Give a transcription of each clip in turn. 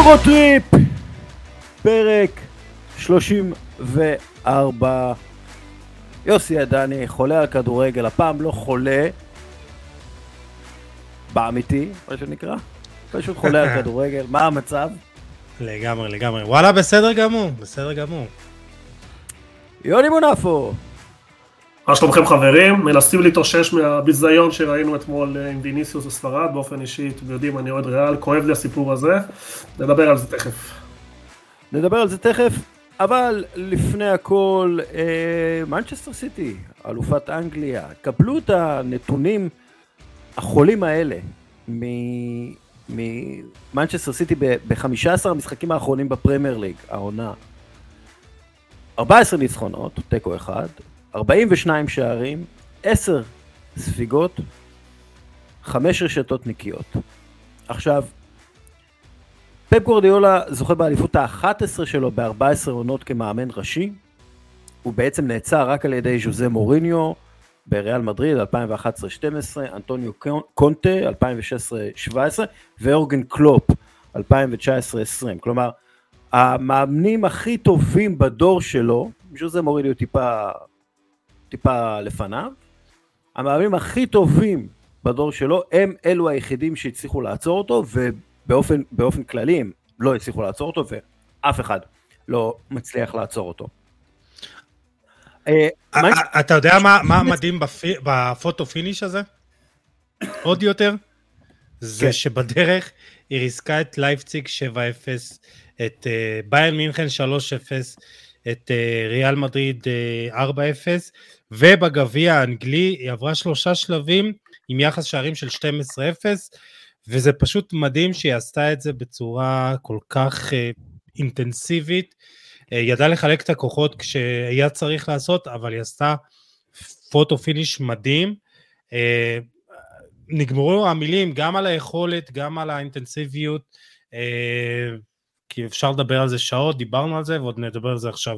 יורוטריפ, פרק 34. יוסי עדני חולה על כדורגל, הפעם לא חולה באמיתי, מה שנקרא, פשוט חולה על כדורגל. מה המצב? לגמרי, וואלה, בסדר גמור. יוני מונפו. מה שלומכם חברים? מנסים להתאושש מהביזיון שראינו אתמול עם ויניסיוס וספרד. באופן אישי, אתם יודעים, אני אוהד ריאל, כואב לי הסיפור הזה, נדבר על זה תכף. אבל לפני הכל, מנצ'סטר סיטי, אלופת אנגליה, קבלו את הנתונים החולים האלה ממנצ'סטר סיטי ב-15 המשחקים האחרונים בפרמייר ליג, העונה. 14 ניצחונות, תיקו אחד, 42 שערים, 10 ספיגות, 5 רשתות נקיות. עכשיו, פפ גוארדיולה זוכה באליפות ה-11 שלו ב-14 עונות כמאמן ראשי. הוא בעצם נעצר רק על ידי ז'וזה מוריניו בריאל מדריד 2011-12, אנטוניו קונטה 2016-17 ואורגן קלופ 2019-20. כלומר, המאמנים הכי טובים בדור שלו, ז'וזה מוריניו טיפה לפניו, המאמנים הכי טובים בדור שלו הם אלו היחידים שהצליחו לעצור אותו, ובאופן כללי הם לא הצליחו לעצור אותו, ואף אחד לא מצליח לעצור אותו. אתה יודע מה מדהים בפוטו פיניש הזה? עוד יותר? זה שבדרך היא ריסקה את לייפציג 7-0, את ביירן מינכן 3-0, את ריאל מדריד 4-0, ובגביע האנגלי היא עברה 3 שלבים עם יחס שערים של 12-0, וזה פשוט מדהים שהיא עשתה את זה בצורה כל כך אינטנסיבית, ידעה לחלק את הכוחות כשהיה צריך לעשות, אבל היא עשתה פוטו פיניש מדהים. נגמרו המילים גם על היכולת, גם על האינטנסיביות, כי אפשר לדבר על זה שעות, דיברנו על זה ועוד נדבר על זה עכשיו.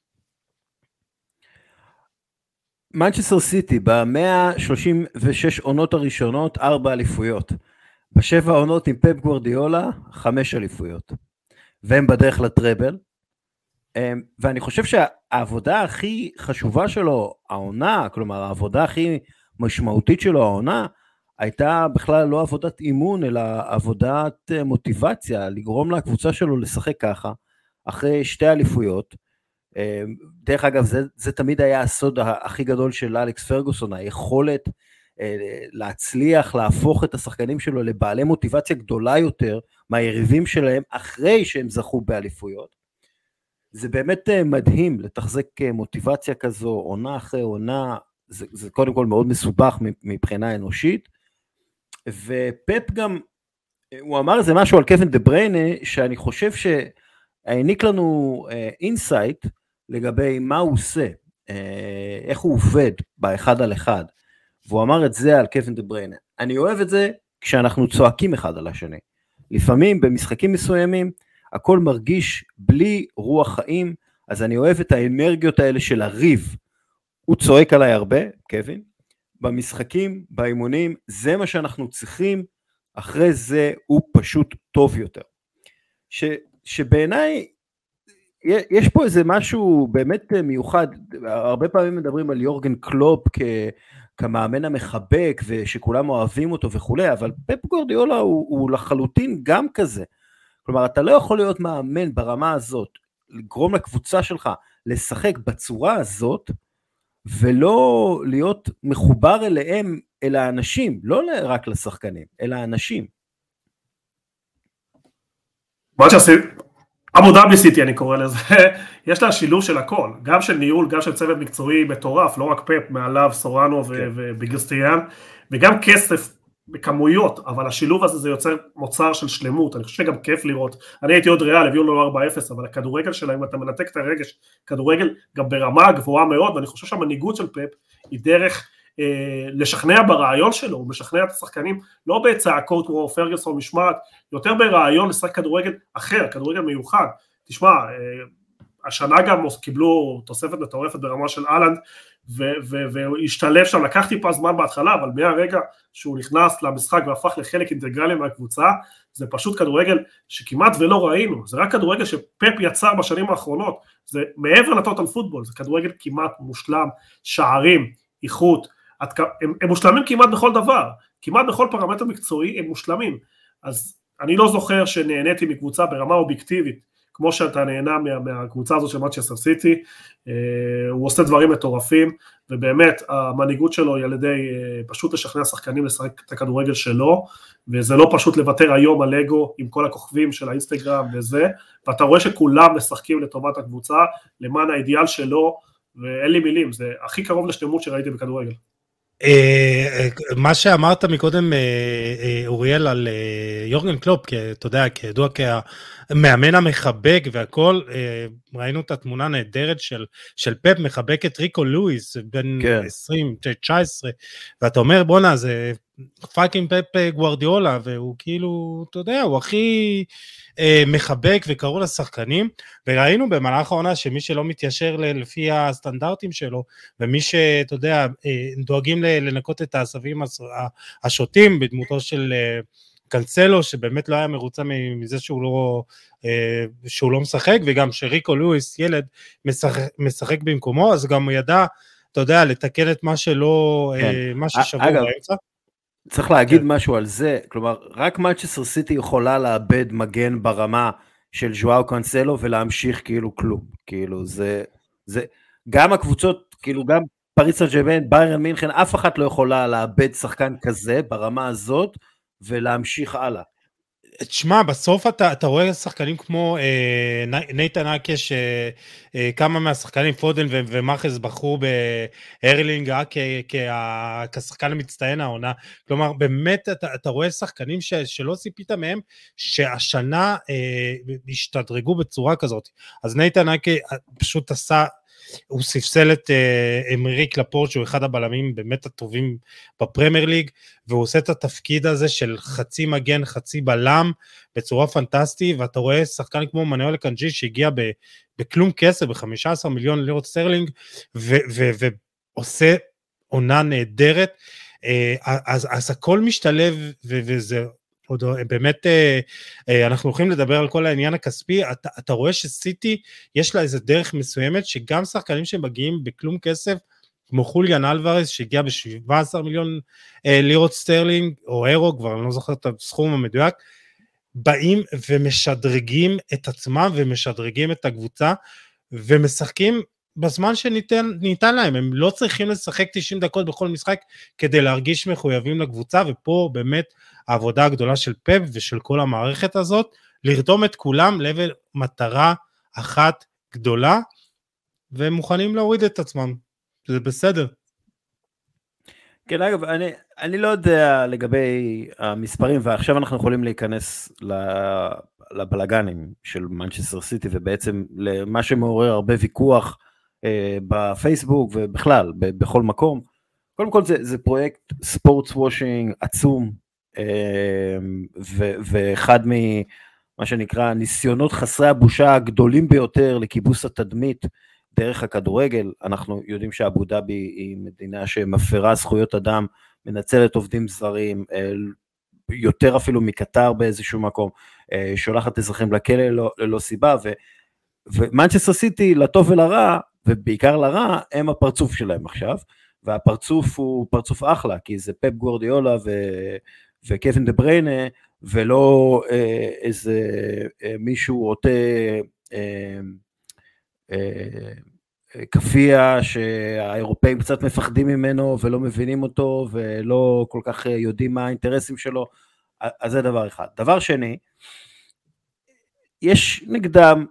מנצ'סטר סיטי ב-136 עונות הראשונות 4 אליפויות, ב7 עונות עם פפ גוארדיולה 5 אליפויות, והם בדרך לטראבל. ואני חושב שהעבודה הכי חשובה שלו, העונה, כלומר העבודה הכי משמעותית שלו, העונה, הייתה בכלל לא עבודת אימון, אלא עבודת מוטיבציה, לגרום לקבוצה שלו לשחק ככה, אחרי 2 אליפויות. דרך אגב, זה תמיד היה הסוד הכי גדול של אלכס פרגוסון, היכולת להצליח, להפוך את השחקנים שלו לבעלי מוטיבציה גדולה יותר, מהיריבים שלהם, אחרי שהם זכו באליפויות. זה באמת מדהים לתחזק מוטיבציה כזו, עונה אחרי עונה, זה קודם כל מאוד מסובך מבחינה אנושית, ופפ גם, הוא אמר איזה משהו על קווין דה בריינה, שאני חושב שהעניק לנו אינסייט לגבי מה הוא עושה, איך הוא עובד באחד על אחד, והוא אמר את זה על קווין דה בריינה. אני אוהב את זה כשאנחנו צועקים אחד על השני, לפעמים במשחקים מסוימים, הכל מרגיש בלי רוח חיים, אז אני אוהב את האנרגיות האלה של הריב, הוא צועק עליי הרבה, קווין, במשחקים, באימונים, זה מה שאנחנו צריכים, אחרי זה הוא פשוט טוב יותר. שבעיניי, יש פה איזה משהו באמת מיוחד, הרבה פעמים מדברים על יורגן קלופ כמאמן המחבק, ושכולם אוהבים אותו וכו', אבל פפ גוארדיולה הוא לחלוטין גם כזה, כלומר, אתה לא יכול להיות מאמן ברמה הזאת, לגרום לקבוצה שלך לשחק בצורה הזאת, ולא להיות מחובר אליהם, אל האנשים, לא רק לשחקנים, אלא האנשים. מה שעשית, אבו דאבי סיטי אני קורא לזה, יש לה שילוב של הכל, גם של ניהול, גם של צוות מקצועי מטורף, לא רק פפ, מעליו סורנו וביגסטיאן, וגם כסף, בכמויות, אבל השילוב הזה זה יוצר מוצר של שלמות, אני חושב שגם כיף לראות, אני הייתי עוד ריאל, הביאו לו 4-0, אבל הכדורגל שלהם, אתה מנתק את הרגש, כדורגל גם ברמה גבוהה מאוד, ואני חושב שהמנהיגות של פפ, היא דרך לשכנע ברעיון שלו, הוא משכנע את השחקנים, לא בצעקות כמו פרגוסון משמעת, יותר ברעיון לשחק כדורגל אחר, כדורגל מיוחד, תשמע, השנה גם קיבלו תוספת מטורפת ברמה של אלנד, והוא השתלב שם, לקח טיפה זמן בהתחלה, אבל מהרגע שהוא נכנס למשחק והפך לחלק אינטגרלי מהקבוצה, זה פשוט כדורגל שכמעט ולא ראינו, זה רק כדורגל שפפ יצר בשנים האחרונות, זה מעבר לטוטל פוטבול, זה כדורגל כמעט מושלם, שערים, איכות, הם מושלמים כמעט בכל דבר, כמעט בכל פרמטר מקצועי הם מושלמים, אז אני לא זוכר שנהניתי מקבוצה ברמה אובייקטיבית, כמו שאתה נהנה מהקבוצה הזאת של מנצ'סטר סיטי, הוא עושה דברים מטורפים, ובאמת המנהיגות שלו היא על ידי פשוט לשכנע שחקנים לשחק את הכדורגל שלו, וזה לא פשוט לוותר היום על אגו עם כל הכוכבים של האינסטגרם וזה, ואתה רואה שכולם משחקים לטובת הקבוצה, למען האידיאל שלו, ואין לי מילים, זה הכי קרוב לשלמות שראיתי בכדורגל. מה שאמרת מקודם אוריאל על יורגן קלופ, אתה יודע, כידוע כמאמן המחבק והכל, ראינו את התמונה נהדרת של פפ מחבק את ריקו לואיס בין 20-19, ואתה אומר בונה זה פאקינג פפ גוארדיולה, והוא כאילו, אתה יודע, הוא הכי מחבק וקראו לשחקנים, וראינו במהלך העונה שמי שלא מתיישר לפי הסטנדרטים שלו, ומי שאתה יודע, דואגים לנקות את העשבים השוטים, בדמותו של קנסלו, שבאמת לא היה מרוצה מזה שהוא לא משחק, וגם שריקו לואיס, ילד, משחק במקומו, אז גם הוא ידע, אתה יודע, לתקן את מה שלא, מה ששבור באמצע. צריך להגיד משהו על זה, כלומר, רק מנצ'סטר סיטי יכולה לאבד מגן ברמה של ז'ואאו קנסלו, ולהמשיך כאילו כלום, כאילו זה, גם הקבוצות, כאילו גם פריס סן ז'רמן, ביירן מינכן, אף אחת לא יכולה לאבד שחקן כזה, ברמה הזאת, ולהמשיך הלאה. תשמע, בסוף אתה רואה שחקנים כמו נייתן אקה, שכמה מהשחקנים פודן ומחז בחרו בארלינג אקה כשחקן המצטיין העונה, כלומר באמת אתה רואה שחקנים שלא ציפית מהם, שהשנה השתדרגו בצורה כזאת, אז נייתן אקה פשוט עשה, הוא ספסל את אמריק לפורט, שהוא אחד הבלמים באמת הטובים בפרמייר ליג, והוא עושה את התפקיד הזה של חצי מגן, חצי בלם, בצורה פנטסטית, ואתה רואה שחקן כמו מנואל אקנג'י, שהגיע בכלום כסף, ב-15 מיליון לירות סטרלינג, ועושה עונה נהדרת, אז הכל משתלב, וזה עוד באמת, אנחנו הולכים לדבר על כל העניין הכספי, אתה רואה שסיטי יש לה איזה דרך מסוימת, שגם שחקנים שמגיעים בכלום כסף, כמו חוליאן אלוורז, שהגיע ב-17 מיליון לירות סטרלינג, או אירו, כבר אני לא זוכר את הסכום המדויק, באים ומשדרגים את עצמם, ומשדרגים את הקבוצה, ומשחקים בזמן שניתן להם, הם לא צריכים לשחק 90 דקות בכל משחק, כדי להרגיש מחויבים לקבוצה, ופה באמת העבודה הגדולה של פפ, ושל כל המערכת הזאת, לרתום את כולם לבל מטרה אחת גדולה, והם מוכנים להוריד את עצמם, זה בסדר. כן, אגב, אני לא יודע לגבי המספרים, ועכשיו אנחנו יכולים להיכנס לבלגנים של מנצ'סטר סיטי, ובעצם למה שמעורר הרבה ויכוח, בפייסבוק ובכלל, בכל מקום. קודם כל זה פרויקט ספורטס וושינג עצום, ואחד ממה שנקרא ניסיונות חסרי הבושה הגדולים ביותר לכיבוס התדמית דרך הכדורגל. אנחנו יודעים שאבו דאבי היא מדינה שמפרה זכויות אדם, מנצלת עובדים זרים, יותר אפילו מקטר באיזשהו מקום, שולחת אזרחים לכלא ללא סיבה, ומנצ'סטר סיטי לטוב ולרע, ובעיקר לרע, הם הפרצוף שלהם עכשיו, והפרצוף הוא פרצוף אחלה, כי זה פפ גוארדיולה וקווין דה בריינה, ולא איזה מישהו רוטה כפייה שהאירופאים קצת מפחדים ממנו, ולא מבינים אותו, ולא כל כך יודעים מה האינטרסים שלו, אז זה דבר אחד. דבר שני, יש נגדם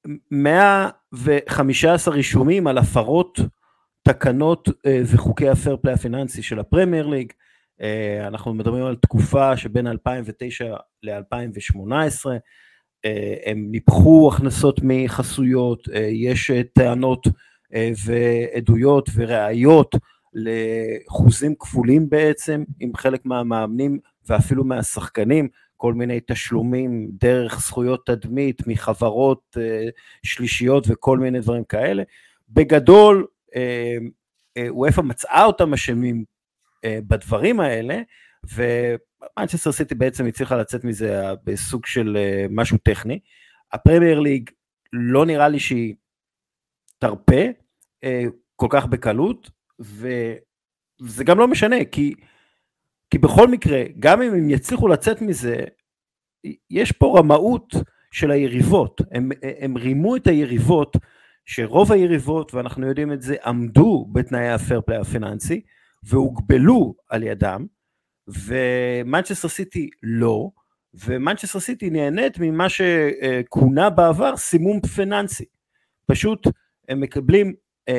115 רישומים על הפרות תקנות וחוקי הפייר פליי הפיננסי של הפרמייר ליג. אנחנו מדברים על תקופה שבין 2009 ל-2018, הם ניפחו הכנסות מחסויות, יש טענות ועדויות וראיות לחוזים כפולים בעצם, עם חלק מהמאמנים ואפילו מהשחקנים, כל מיני תשלומים דרך זכויות תדמית מחברות שלישיות וכל מיני דברים כאלה. בגדול, UEFA מצאה אותם אשמים בדברים האלה, ומנצ'סטר סיטי בעצם הצליחה לצאת מזה בסוג של משהו טכני. הפרמייר ליג לא נראה לי שהיא תרפה כל כך בקלות, וזה גם לא משנה, כי בכל מקרה, גם אם הם יצליחו לצאת מזה, יש פה רמאות של היריבות, הם רימו את היריבות, שרוב היריבות, ואנחנו יודעים את זה, עמדו בתנאי הפייר פליי הפיננסי, והוגבלו על ידם, ומנצ'סטר סיטי לא, ומנצ'סטר סיטי נהנית ממה שכונה בעבר סימום פיננסי, פשוט הם מקבלים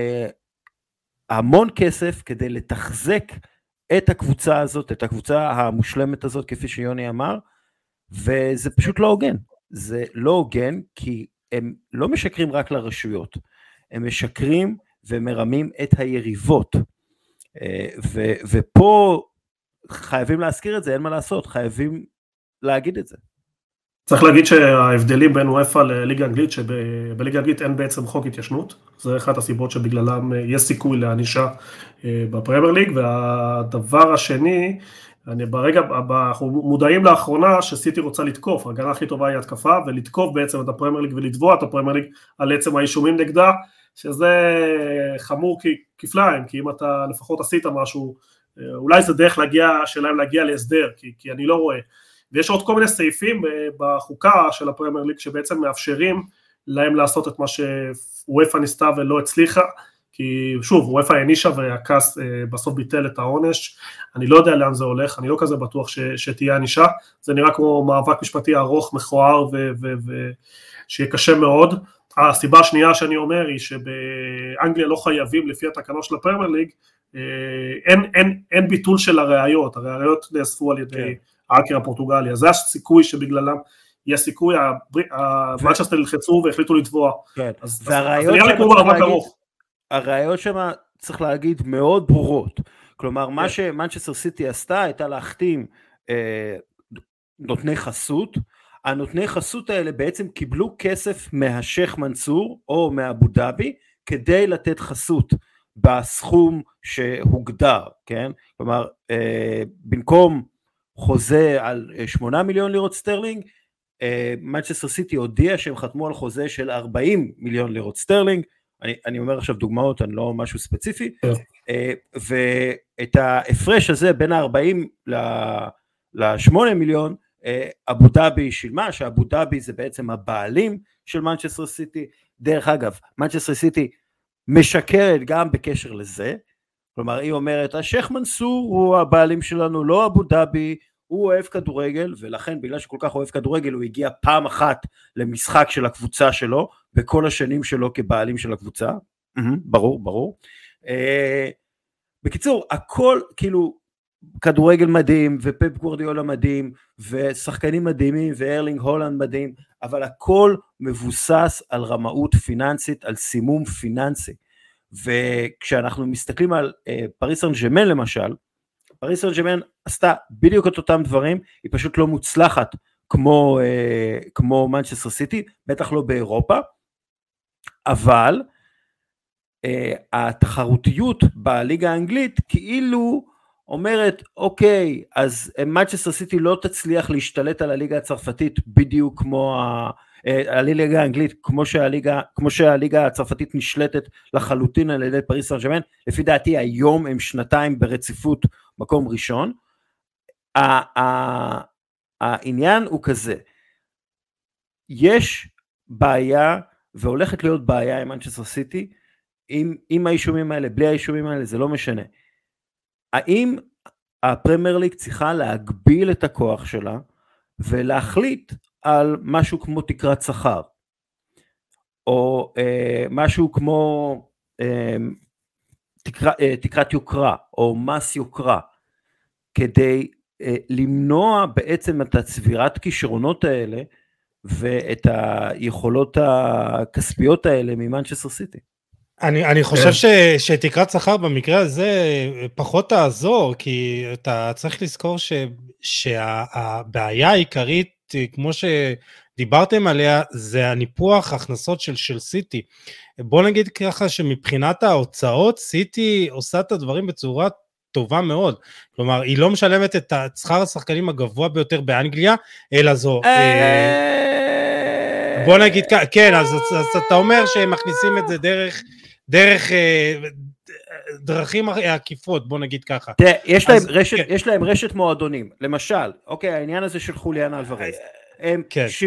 המון כסף כדי לתחזק את הקבוצה הזאת, את הקבוצה המושלמת הזאת, כפי שיוני אמר, וזה פשוט לא הוגן, זה לא הוגן, כי הם לא משקרים רק לרשויות, הם משקרים ומרמים את היריבות, ופה חייבים להזכיר את זה, אין מה לעשות, חייבים להגיד את זה. צריך להגיד שההבדלים בין וופא לליגה האנגלית, שבליגה האנגלית אין בעצם חוק התיישנות, זה אחת הסיבות שבגללם יש סיכוי לענישה בפרמייר ליג, והדבר השני, אנחנו מודעים לאחרונה שסיטי רוצה לתקוף, ההגנה הכי טובה היא התקפה, ולתקוף בעצם את הפרמייר ליג ולתבוע את הפרמייר ליג על עצם האישומים נגדה, שזה חמור כפליים, כי אם אתה לפחות עשית משהו, אולי זה דרך שלהם להגיע להסדר, כי אני לא רואה. ויש עוד כל מיני סעיפים בחוקה של הפרמייר ליג שבעצם מאפשרים להם לעשות את מה שוופא ניסתה ולא הצליחה, כי שוב, וופא הענישה והכס בסוף ביטל את העונש, אני לא יודע לאן זה הולך, אני לא כזה בטוח שתהיה ענישה, זה נראה כמו מאבק משפטי ארוך, מכוער ושיהיה קשה מאוד. הסיבה השנייה שאני אומר היא שבאנגליה לא חייבים לפי התקנות של הפרמייר ליג, אין ביטול של הראיות נאספו על ידי האקר הפורטוגלי, אז זה הסיכוי שבגללם יש סיכוי, מנצ'סטר נלחצו והחליטו לתבוע, אז זה נראה לי כמו מאבק ארוך. הראיות שם צריך להגיד מאוד ברורות, כלומר מה שמנצ'סטר סיטי עשתה הייתה להחתים נותני חסות, הנותני חסות האלה בעצם קיבלו כסף מהשייך מנסור או מאבו דאבי כדי לתת חסות בסכום שהוגדר, כן? כלומר במקום חוזה על 8 מיליון לירות סטרלינג, מנצ'סטר סיטי הודיע שהם חתמו על חוזה של 40 מיליון לירות סטרלינג, אני אומר עכשיו דוגמאות, אני לא משהו ספציפי, ואת ההפרש הזה בין ה-40 ל-8 מיליון, אבו דאבי שילמה, שאבו דאבי זה בעצם הבעלים של מנצ'סטר סיטי, דרך אגב, מנצ'סטר סיטי משקרת גם בקשר לזה, כלומר היא אומרת, השייך מנסור הוא הבעלים שלנו, לא אבו דאבי, הוא אוהב כדורגל, ולכן בגלל שכל כך אוהב כדורגל, הוא הגיע פעם אחת למשחק של הקבוצה שלו, בכל השנים שלו כבעלים של הקבוצה, ברור. בקיצור, הכל כאילו, כדורגל מדהים, ופפ גוארדיולה מדהים, ושחקנים מדהימים, וארלינג הולנד מדהים, אבל הכל מבוסס על רמאות פיננסית, על סימום פיננסי, וכשאנחנו מסתכלים על פריס סן ז'רמן למשל, פריס סן ז'רמן עשתה בדיוק את אותם דברים, היא פשוט לא מוצלחת כמו מנצ'סטר סיטי, בטח לא באירופה, אבל התחרותיות בליגה האנגלית כאילו אומרת, אוקיי, אז מנצ'סטר סיטי לא תצליח להשתלט על הליגה הצרפתית בדיוק כמו הליגה האנגלית, כמו שהליגה הצרפתית נשלטת לחלוטין על ידי פריס סן ז'רמן, לפי דעתי היום הם שנתיים ברציפות מקום ראשון. העניין הוא כזה, יש בעיה והולכת להיות בעיה עם מנצ'סטר סיטי, עם האישומים האלה, בלי האישומים האלה, זה לא משנה. האם הפרמייר ליג צריכה להגביל את הכוח שלה, ולהחליט על משהו כמו תקרת שכר, או משהו כמו תקרת יוקרה, או מס יוקרה, כדי למנוע בעצם את הצבירת כישרונות האלה, ואת היכולות הכספיות האלה ממנצ'סטר סיטי. אני חושב שתקרת שכר במקרה הזה פחות תעזור, כי אתה צריך לזכור שהבעיה העיקרית, כמו שדיברתם עליה, זה הניפוח הכנסות של סיטי. בוא נגיד ככה שמבחינת ההוצאות, סיטי עושה את הדברים בצורה טובה מאוד. כלומר, היא לא משלמת את שכר השחקנים הגבוה ביותר באנגליה, אלא זו... בוא נגיד, כן, אז אתה אומר שהם מכניסים את זה דרך דרכים עקיפות, בוא נגיד ככה. תראה, יש להם רשת מועדונים, למשל, אוקיי, העניין הזה של חוליאן אלוורז, הם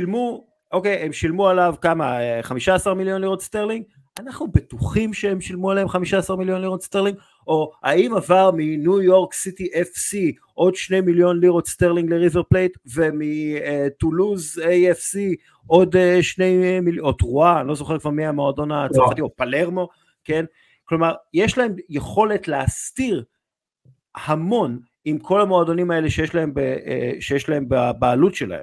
שילמו עליו כמה, 15 מיליון לירות סטרלינג, אנחנו בטוחים שהם שילמו עליהם 15 מיליון לירות סטרלינג, או האם עבר מניו יורק סיטי FC עוד 2 מיליון לירות סטרלינג לריבר פלייט, ומטולוז AFC עוד 2 מיליון, או טרואה, אני לא זוכר כבר מי המועדון הצרפתי, או פלרמו, כן? כלומר, יש להם יכולת להסתיר המון עם כל המועדונים האלה שיש להם בבעלות שלהם.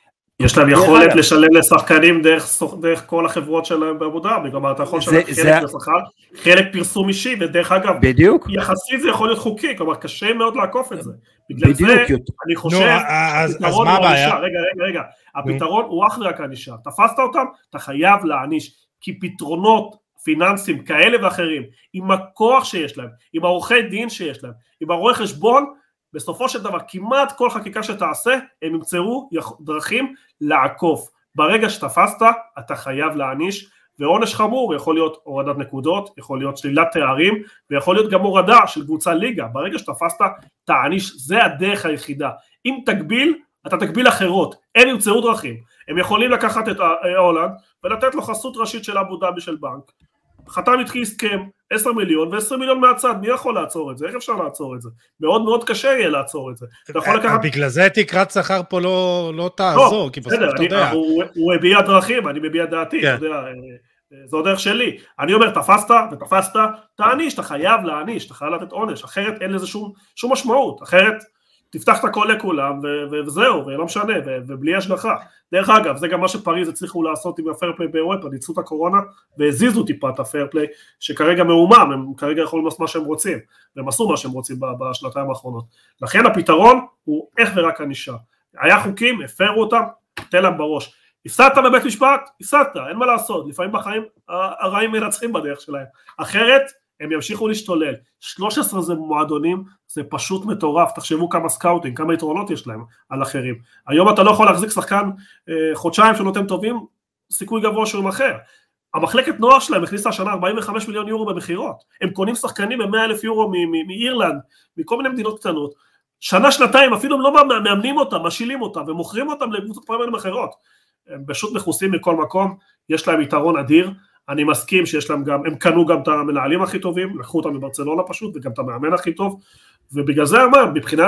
יש להם יכולת לשלם לשחקנים דרך כל החברות שלהם באבו דאבי, כלומר אתה יכול לשלם חלק לשכר, חלק פרסום אישי, ודרך אגב, יחסית זה יכול להיות חוקי, כלומר קשה מאוד לעקוף את זה. בגלל זה אני חושב, הפתרון הוא ענישה, רגע, הפתרון הוא אך ורק ענישה, תפסת אותם, אתה חייב להעניש, כי פתרונות פיננסיים כאלה ואחרים, עם הכוח שיש להם, עם העורכי דין שיש להם, עם הרואי חשבון, בסופו של דבר, כמעט כל חקיקה שתעשה, הם ימצאו דרכים לעקוף. ברגע שתפסת, אתה חייב להעניש, ועונש חמור יכול להיות הורדת נקודות, יכול להיות שלילת תארים, ויכול להיות גם הורדה של קבוצה ליגה. ברגע שתפסת, תעניש, זה הדרך היחידה. אם תגביל, אתה תגביל אחרות, הם ימצאו דרכים. הם יכולים לקחת את הולנד, ולתת לו חסות ראשית של אבו דאבי של בנק. חתם התחיל הסכם, 10 מיליון ו20 מיליון מהצד, מי יכול לעצור את זה? איך אפשר לעצור את זה? מאוד מאוד קשה יהיה לעצור את זה. בגלל זה תקרת שכר פה לא תעזור, כי בסוף אתה יודע. הוא הביע דרכים, אני מביע דעתי, אתה יודע, זו דרך שלי. אני אומר, תפסת, תעניש, אתה חייב להעניש, אתה חייב לתת עונש, אחרת אין לזה שום משמעות, אחרת תפתח את הכל לכולם, וזהו, ולא משנה, ובלי השגחה. דרך אגב, זה גם מה שפריז הצליחו לעשות עם הפיירפליי באירופה, ניצלו את הקורונה, והזיזו טיפה את הפיירפליי, שכרגע מאומם, הם כרגע יכולים לעשות מה שהם רוצים, והם עשו מה שהם רוצים בשנתיים האחרונות. לכן הפתרון הוא איך ורק ענישה. היה חוקים, הפרו אותם, תן להם בראש. הפסדת בבית משפט, הפסדת, אין מה לעשות, לפעמים בחיים הרעים מנצחים בדרך שלהם. אחרת, הם ימשיכו להשתולל. 13 זה מועדונים, זה פשוט מטורף, תחשבו כמה סקאוטים, כמה יתרונות יש להם על אחרים. היום אתה לא יכול להחזיק שחקן חודשיים שנותן טובים, סיכוי גבוה שהוא אחר. המחלקת נוער שלהם הכניסה השנה 45 מיליון יורו במחירות, הם קונים שחקנים ב100,000 יורו מאירלנד, מכל מיני מדינות קטנות, שנה, שנתיים, אפילו לא מאמנים אותם, משילים אותם, ומוכרים אותם לקבוצות פרמיין אחרות. הם פשוט מכוסים מכל מקום, יש להם יתרון אדיר, אני מסכים שיש להם גם, הם קנו גם את המנהלים הכי טובים, לקחו אותם מברצלונה פשוט, וגם את המאמן הכי טוב, ובגלל זה אמר, מבחינת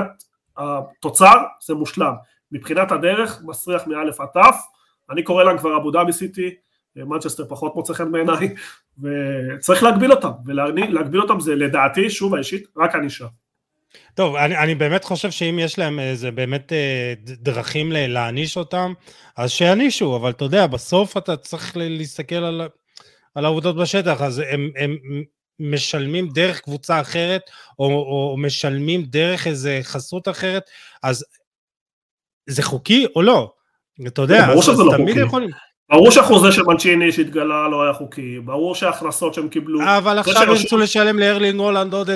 התוצר זה מושלם, מבחינת הדרך, מסריח מאלף עד תף, אני קורא להם כבר אבו דאבי סיטי, מנצ'סטר פחות מוצא חן בעיניי, וצריך להגביל אותם, ולהגביל אותם זה לדעתי, שוב האישית, רק ענישה. טוב, אני באמת חושב שאם יש להם איזה באמת דרכים להעניש אותם, אז שיענישו, אבל אתה יודע, בסוף אתה צריך להסתכל על העבודות בשטח, אז הם משלמים דרך קבוצה אחרת, או משלמים דרך איזה חסות אחרת, אז זה חוקי או לא? אתה יודע, אז תמיד יכולים. ברור שהחוזה של מנצ'יני שהתגלה לא היה חוקי, ברור שההכנסות שהם קיבלו... אבל עכשיו ירצו לשלם לארלינג הולנד עוד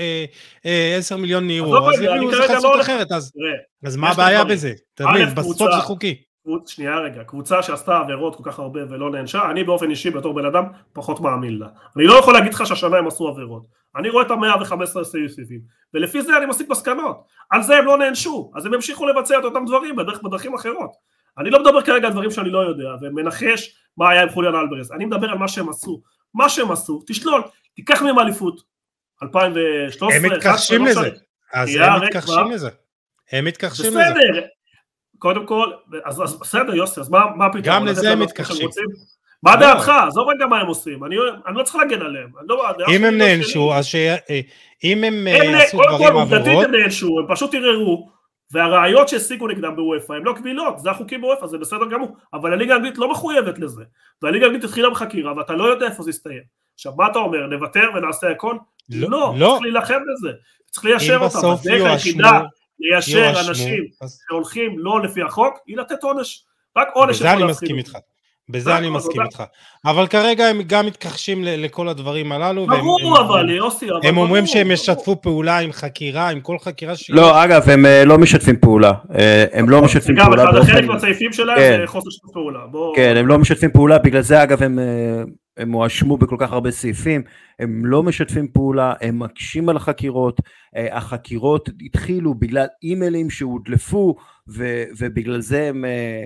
10 מיליון יורו, אז יביאו איזה חסות אחרת, אז מה הבעיה בזה? תבין, בסוף זה חוקי. שנייה רגע, קבוצה שעשתה עבירות כל כך הרבה ולא נענשה, אני באופן אישי בתור בן אדם פחות מאמין לה. אני לא יכול להגיד לך שהשנה הם עשו עבירות, אני רואה את 115 סעיפים, ולפי זה אני מסיק מסקנות, על זה הם לא נענשו, אז הם המשיכו לבצע את אותם דברים בדרכים אחרות. אני לא מדבר כרגע על דברים שאני לא יודע, ומנחש מה היה עם חוליאן אלוורז, אני מדבר על מה שהם עשו, תשלול, תיקח מהם אליפות, 2013, הם מתכחשים לזה, אז הם מתכחשים לזה. בסדר, קודם כל, אז בסדר יוסי, אז מה פתאום? גם לזה הם מתכחשים. מה דעתך? עזוב רגע מה הם עושים, אני לא צריך להגן עליהם. אם הם נענשו, אז אם הם עשו דברים עבורות, הם נענשו, הם פשוט ערערו, והראיות שהשיגו נגדם בוופא הם לא קבילות, זה החוקים בוופא, זה בסדר גמור, אבל הליגה האנגלית לא מחויבת לזה, והליגה האנגלית התחילה בחקירה, ואתה לא יודע איפה זה יסתיים. עכשיו, מה אתה אומר, נוותר ונעשה הכל? לא, צריך להילחם בזה, צריך ליישר אותם, הדרך היחידה ליישר אנשים שהולכים לא לפי החוק, היא לתת עונש, רק עונש. בזה אני מסכים איתך. בזה אני מסכים איתך. אבל כרגע הם גם מתכחשים לכל הדברים הללו. ברור אבל, יוסי. הם אומרים שהם ישתפו פעולה עם חקירה, עם כל חקירה שיש. לא, אגב, הם לא משתפים פעולה. הם לא משתפים פעולה. גם חלק מהצעיפים שלהם זה חוסר שיתוף פעולה. כן, הם לא משתפים פעולה, בגלל זה אגב הם הואשמו בכל כך הרבה סעיפים, הם לא משתפים פעולה, הם מקשים על החקירות, החקירות התחילו בגלל אימיילים שהודלפו, ובגלל זה הם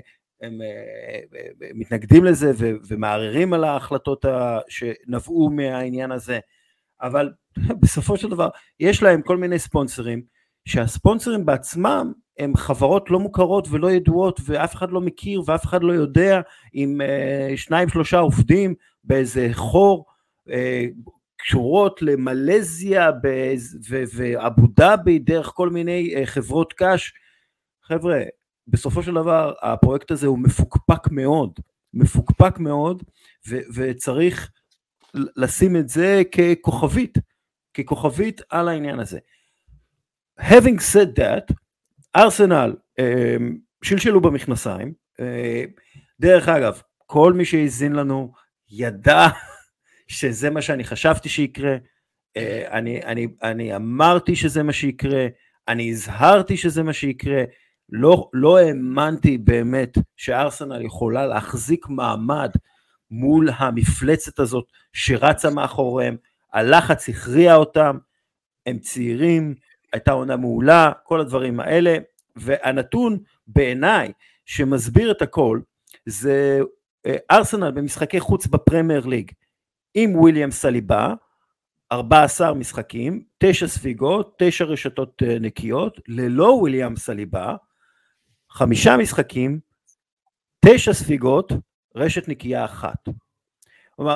מתנגדים לזה ומערערים על ההחלטות שנבעו מהעניין הזה, אבל בסופו של דבר יש להם כל מיני ספונסרים, שהספונסרים בעצמם הם חברות לא מוכרות ולא ידועות, ואף אחד לא מכיר ואף אחד לא יודע, עם 2-3 עובדים באיזה חור, קשורות למלזיה ואבו דאבי דרך כל מיני חברות קש. חבר'ה, בסופו של דבר הפרויקט הזה הוא מפוקפק מאוד, וצריך לשים את זה ככוכבית על העניין הזה. Having said that, ארסנל שלשלו במכנסיים, דרך אגב, כל מי שהזין לנו ידע שזה מה שאני חשבתי שיקרה, אני אמרתי שזה מה שיקרה, אני הזהרתי שזה מה שיקרה, לא האמנתי באמת שארסנל יכולה להחזיק מעמד מול המפלצת הזאת שרצה מאחוריהם, הלחץ הכריע אותם, הם צעירים, הייתה עונה מעולה, כל הדברים האלה, והנתון בעיניי שמסביר את הכל, זה ארסנל במשחקי חוץ בפרמייר ליג, עם וויליאם סליבה, 14 משחקים, 9 ספיגות, 9 רשתות נקיות, ללא וויליאם סליבה, 5 משחקים, 9 ספיגות, רשת נקייה 1. כלומר,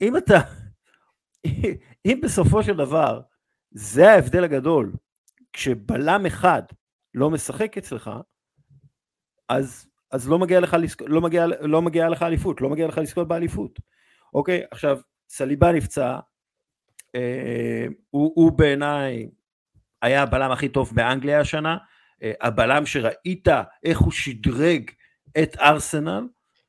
אם בסופו של דבר, זה ההבדל הגדול, כשבלם אחד לא משחק אצלך, אז לא מגיע לך אליפות, לא מגיע לך לזכות באליפות. אוקיי, עכשיו, סליבה נפצע, הוא בעיניי היה הבלם הכי טוב באנגליה השנה, הבלם שראית איך הוא שדרג את ארסנל,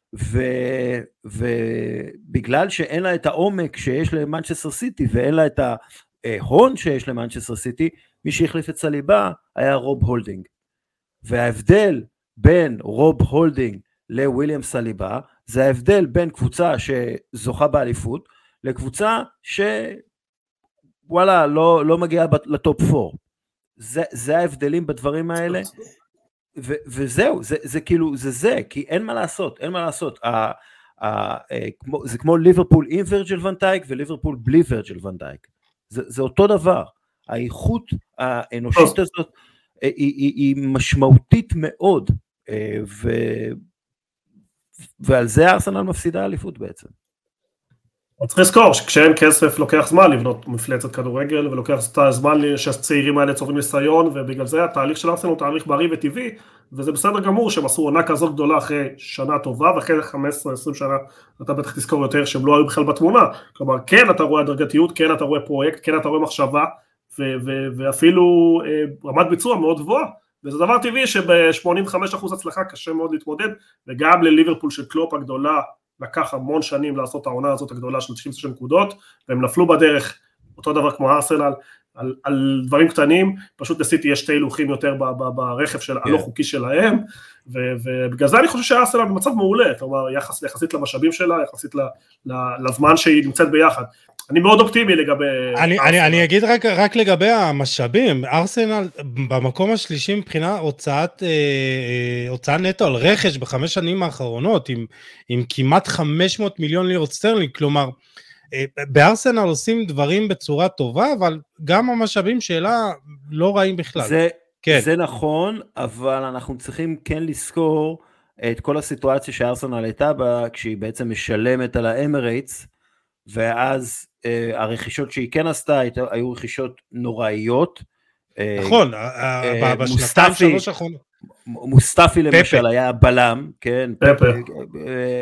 ובגלל שאין לה את העומק שיש למנצ'סטר סיטי, ואין לה את ההון שיש למנצ'סטר סיטי, מי שהחליף את סליבה היה רוב הולדינג, וההבדל בין רוב הולדינג לוויליאם סליבה, זה ההבדל בין קבוצה שזוכה באליפות, לקבוצה שוואלה לא מגיעה לטופ 4, זה ההבדלים בדברים האלה, וזהו, זה כאילו, זה, כי אין מה לעשות, זה כמו ליברפול עם וירג'יל ון דייק, וליברפול בלי וירג'יל ון דייק, זה אותו דבר, האיכות האנושית הזאת, היא משמעותית מאוד, ועל זה ארסנל מפסידה אליפות בעצם. צריך לזכור שכשאין כסף לוקח זמן לבנות מפלצת כדורגל, ולוקח זמן שהצעירים האלה צוברים ניסיון, ובגלל זה התהליך של ארסנל הוא תהליך בריא וטבעי, וזה בסדר גמור שהם עשו עונה כזאת גדולה אחרי שנה טובה, ואחרי 15-20 שנה אתה בטח תזכור יותר שהם לא היו בכלל בתמונה, כלומר כן אתה רואה הדרגתיות, כן אתה רואה פרויקט, כן אתה רואה מחשבה, ואפילו רמת ביצוע מאוד גבוהה, וזה דבר טבעי שב-85% הצלחה קשה מאוד להתמודד, וגם לליברפול של קלופ הגדולה, לקח המון שנים לעשות העונה הזאת הגדולה של 96 נקודות, והם נפלו בדרך, אותו דבר כמו ארסנל, על דברים קטנים, פשוט לסיטי יש 2 הילוכים יותר ברכב הלא חוקי שלהם, ובגלל זה אני חושב שארסנל במצב מעולה, כלומר יחסית למשאבים שלה, יחסית לזמן שהיא נמצאת ביחד. אני מאוד אופטימי לגבי... אני אגיד רק לגבי המשאבים, ארסנל במקום השלישי מבחינה הוצאה נטו על רכש ב5 שנים האחרונות, עם כמעט 500 מיליון לירות סטרלינג, כלומר, בארסנל עושים דברים בצורה טובה, אבל גם המשאבים שלה לא רעים בכלל. זה נכון, אבל אנחנו צריכים כן לזכור את כל הסיטואציה שארסנל הייתה בה, כשהיא בעצם משלמת על האמרייטס, ואז הרכישות שהיא כן עשתה, היו רכישות נוראיות. נכון, בשנתיים 3 האחרונות. מוסטפי למשל היה בלם, כן,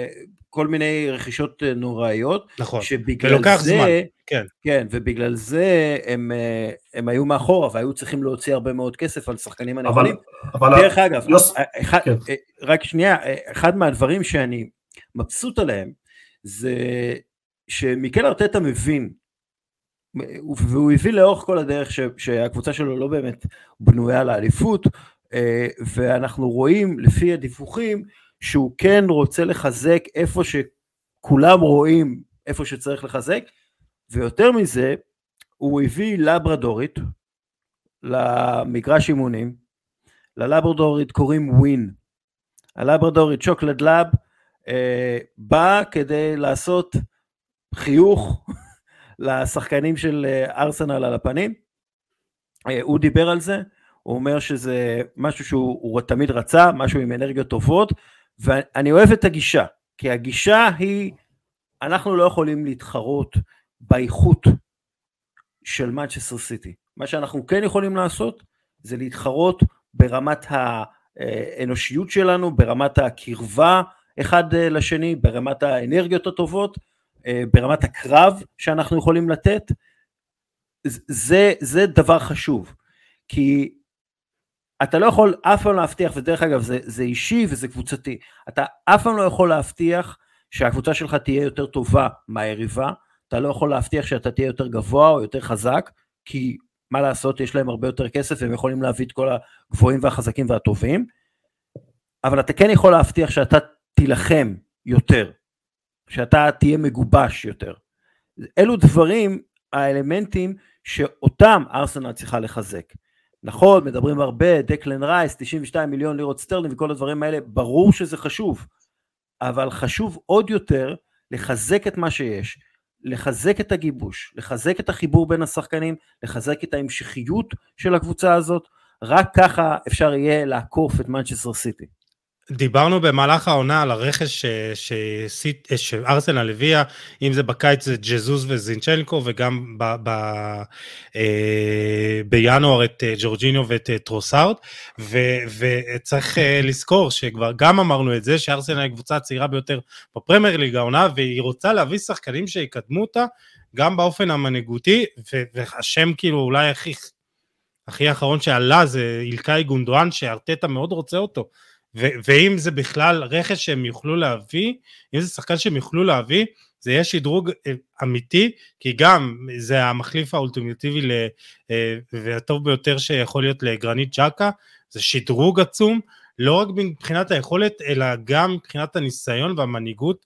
כל מיני רכישות נוראיות, נכון, שבגלל ולוקח זה, זמן, כן. כן, ובגלל זה הם היו מאחורה, והיו צריכים להוציא הרבה מאוד כסף על שחקנים הנכונים. דרך אגב, רק שנייה, אחד מהדברים שאני מבסוט עליהם, זה שמיקל ארטטה מבין, והוא הביא לאורך כל הדרך שהקבוצה שלו לא באמת בנויה לאליפות, ואנחנו רואים לפי הדיווחים שהוא כן רוצה לחזק איפה שכולם רואים איפה שצריך לחזק, ויותר מזה הוא הביא לברדורית למגרש אימונים, ללברדורית קוראים ווין, הלברדורית שוקולד לב בא כדי לעשות חיוך לשחקנים של ארסנל על הפנים, הוא דיבר על זה, הוא אומר שזה משהו שהוא תמיד רצה, משהו עם אנרגיות טובות, ואני אוהב את הגישה, כי הגישה היא, אנחנו לא יכולים להתחרות באיכות של מנצ'סטר סיטי, מה שאנחנו כן יכולים לעשות, זה להתחרות ברמת האנושיות שלנו, ברמת הקרבה אחד לשני, ברמת האנרגיות הטובות, ברמת הקרב שאנחנו יכולים לתת, זה דבר חשוב, כי אתה לא יכול אף פעם להבטיח, ודרך אגב זה אישי וזה קבוצתי, אתה אף פעם לא יכול להבטיח שהקבוצה שלך תהיה יותר טובה מהיריבה, אתה לא יכול להבטיח שאתה תהיה יותר גבוה או יותר חזק, כי מה לעשות, יש להם הרבה יותר כסף, והם יכולים להביא את כל הגבוהים והחזקים והטובים, אבל אתה כן יכול להבטיח שאתה תילחם יותר, שאתה תהיה מגובש יותר. אלו דברים, האלמנטים שאותם ארסנל צריכה לחזק. נכון, מדברים הרבה, דקלן רייס, 92 מיליון לירות סטרלינג וכל הדברים האלה, ברור שזה חשוב, אבל חשוב עוד יותר לחזק את מה שיש, לחזק את הגיבוש, לחזק את החיבור בין השחקנים, לחזק את ההמשכיות של הקבוצה הזאת, רק ככה אפשר יהיה לעקוף את מנצ'סטר סיטי. דיברנו במהלך העונה על הרכש שארסנל הביאה, אם זה בקיץ זה ג'זוס וזינצ'נקו, וגם בינואר את ג'ורג'יניו ואת טרוסארד, וצריך לזכור שכבר גם אמרנו את זה, שארסנל היא קבוצה הצעירה ביותר בפרמייר ליג העונה, והיא רוצה להביא שחקנים שיקדמו אותה, גם באופן המנהיגותי, והשם כאילו אולי הכי האחרון שעלה זה אילקאי גונדואן, שארטטה מאוד רוצה אותו, ואם זה בכלל רכש שהם יוכלו להביא, אם זה שחקן שהם יוכלו להביא, זה יהיה שדרוג אמיתי, כי גם זה המחליף האולטימטיבי והטוב ביותר שיכול להיות לגרנית ג'קה, זה שדרוג עצום, לא רק מבחינת היכולת, אלא גם מבחינת הניסיון והמנהיגות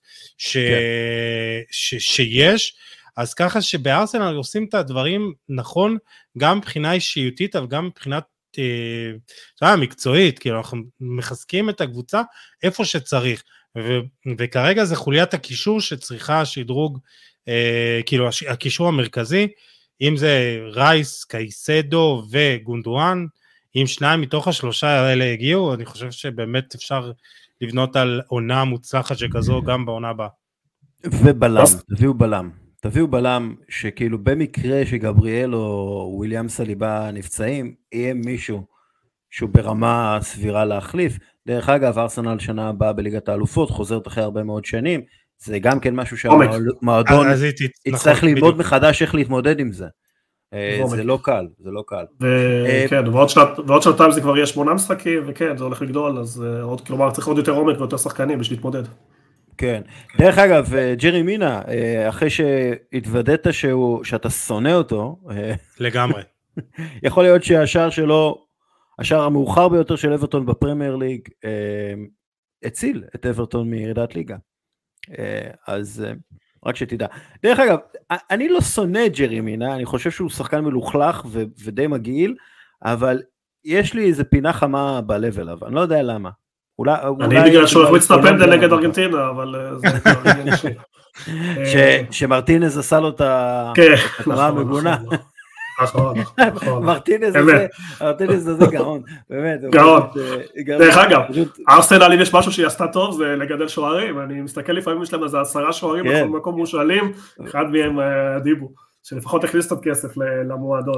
שיש, אז ככה שבארסנל עושים את הדברים נכון, גם מבחינה אישיותית, אבל גם מבחינת מקצועית, כאילו אנחנו מחזקים את הקבוצה איפה שצריך, וכרגע זה חוליית הקישור שצריכה שדרוג, כאילו הקישור המרכזי, אם זה רייס, קייסדו וגונדואן, אם שניים מתוך השלושה האלה הגיעו, אני חושב שבאמת אפשר לבנות על עונה מוצלחת שכזו גם בעונה הבאה. ובלם, תביאו בלם שכאילו במקרה שגבריאל או וויליאם סליבה נפצעים, יהיה מישהו שהוא ברמה סבירה להחליף. דרך אגב, ארסנל שנה הבאה בליגת האלופות, חוזרת אחרי הרבה מאוד שנים, זה גם כן משהו שהמועדון יצטרך ללמוד מחדש איך להתמודד עם זה. זה לא קל, זה לא קל. כן, ועוד שנתיים זה כבר יהיה 8 משחקים, וכן, זה הולך לגדול, אז כלומר צריך עוד יותר עומק ויותר שחקנים בשביל להתמודד. כן, דרך אגב, ג'רי מינה, אחרי שהתוודעת שאתה שונא אותו, לגמרי. יכול להיות שהשער שלו, השער המאוחר ביותר של אברטון בפרמייר ליג, הציל את אברטון מירידת ליגה. אז רק שתדע. דרך אגב, אני לא שונא ג'רי מינה, אני חושב שהוא שחקן מלוכלך ודי מגעיל, אבל יש לי איזה פינה חמה בלב אליו, אני לא יודע למה. אני בגלל שהוא החמיץ את הפנדל נגד ארגנטינה, אבל זה כבר עניין אישי. שמרטינז עשה לו את התנועה המגונה. נכון. מרטינז הזה גאון, באמת. גאון. דרך אגב, ארסנל אם יש משהו שהיא עשתה טוב זה לגדל שוערים, אני מסתכל לפעמים יש להם איזה 10 שוערים בכל מקום מושאלים, אחד מהם דיבו, שלפחות הכניס קצת כסף למועדון.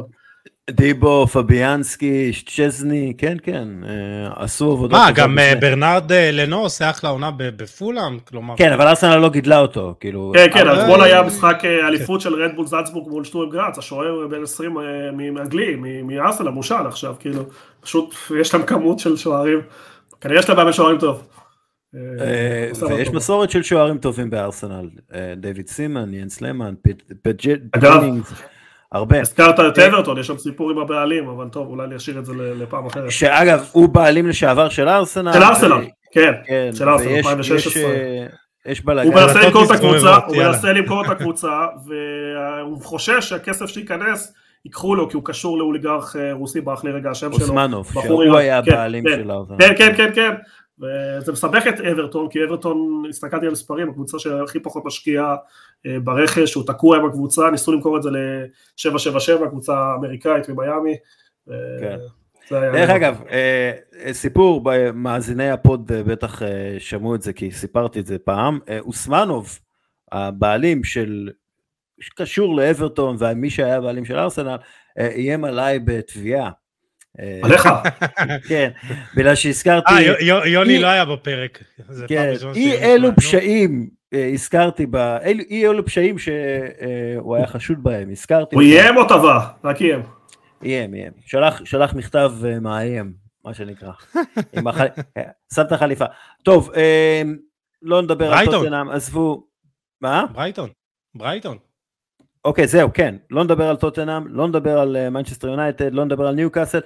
דיבו, פביאנסקי, צ'זני, כן, עשו עבודה. גם ברנרד לנו עושה אחלה עונה בפולאם, כלומר. כן, אבל ארסנל לא גידלה אותו, כאילו. כן, אז אתמול היה משחק אליפות של רדבול זלצבורג מול שטורם גראץ, השוער בין 20 מאנגלי, מארסנל, המושל עכשיו, כאילו, פשוט יש להם כמות של שוערים, כנראה יש להם באמת שוערים טוב. ויש מסורת של שוערים טובים בארסנל, דיוויד סימן, ינס למן, פט ג'נינגס, הרבה. הזכרת את אברטון, יש שם סיפור עם הבעלים, אבל טוב, אולי נשאיר את זה לפעם אחרת. שאגב, הוא בעלים לשעבר של ארסנל. של ארסנל, כן, של ארסנל, 2016. יש בלגן. הוא מנסה למכור את הקבוצה, והוא חושש שהכסף שייכנס, ייקחו לו, כי הוא קשור לאוליגרך רוסי, ברח לי רגע השם שלו. אוסמנוב, שהוא היה הבעלים של ארסנל. כן. וזה מסבך את אברטון, כי אברטון, הסתכלתי על מספרים, הקבוצה שהכי פחות משקיעה ברכש, הוא תקוע עם הקבוצה, ניסו למכור את זה ל-777, קבוצה אמריקאית ממיימי. דרך אגב, סיפור, מאזיני הפוד בטח שמעו את זה, כי סיפרתי את זה פעם, אוסמנוב, הבעלים שקשור לאברטון, ומי שהיה הבעלים של ארסנל, איים עליי בתביעה. עליך? כן, בגלל שהזכרתי... יוני לא היה בפרק. כן, אילו פשעים הזכרתי אילו פשעים שהוא היה חשוד בהם, הזכרתי... הוא איים או טבע? רק איים. איים. שלח מכתב מאיים, מה שנקרא. שם את החליפה. טוב, לא נדבר על טוטנהאם, עזבו... מה? ברייטון. אוקיי, זהו, כן. לא נדבר על טוטנהאם, לא נדבר על מנצ'סטר יונייטד, לא נדבר על ניוקאסל.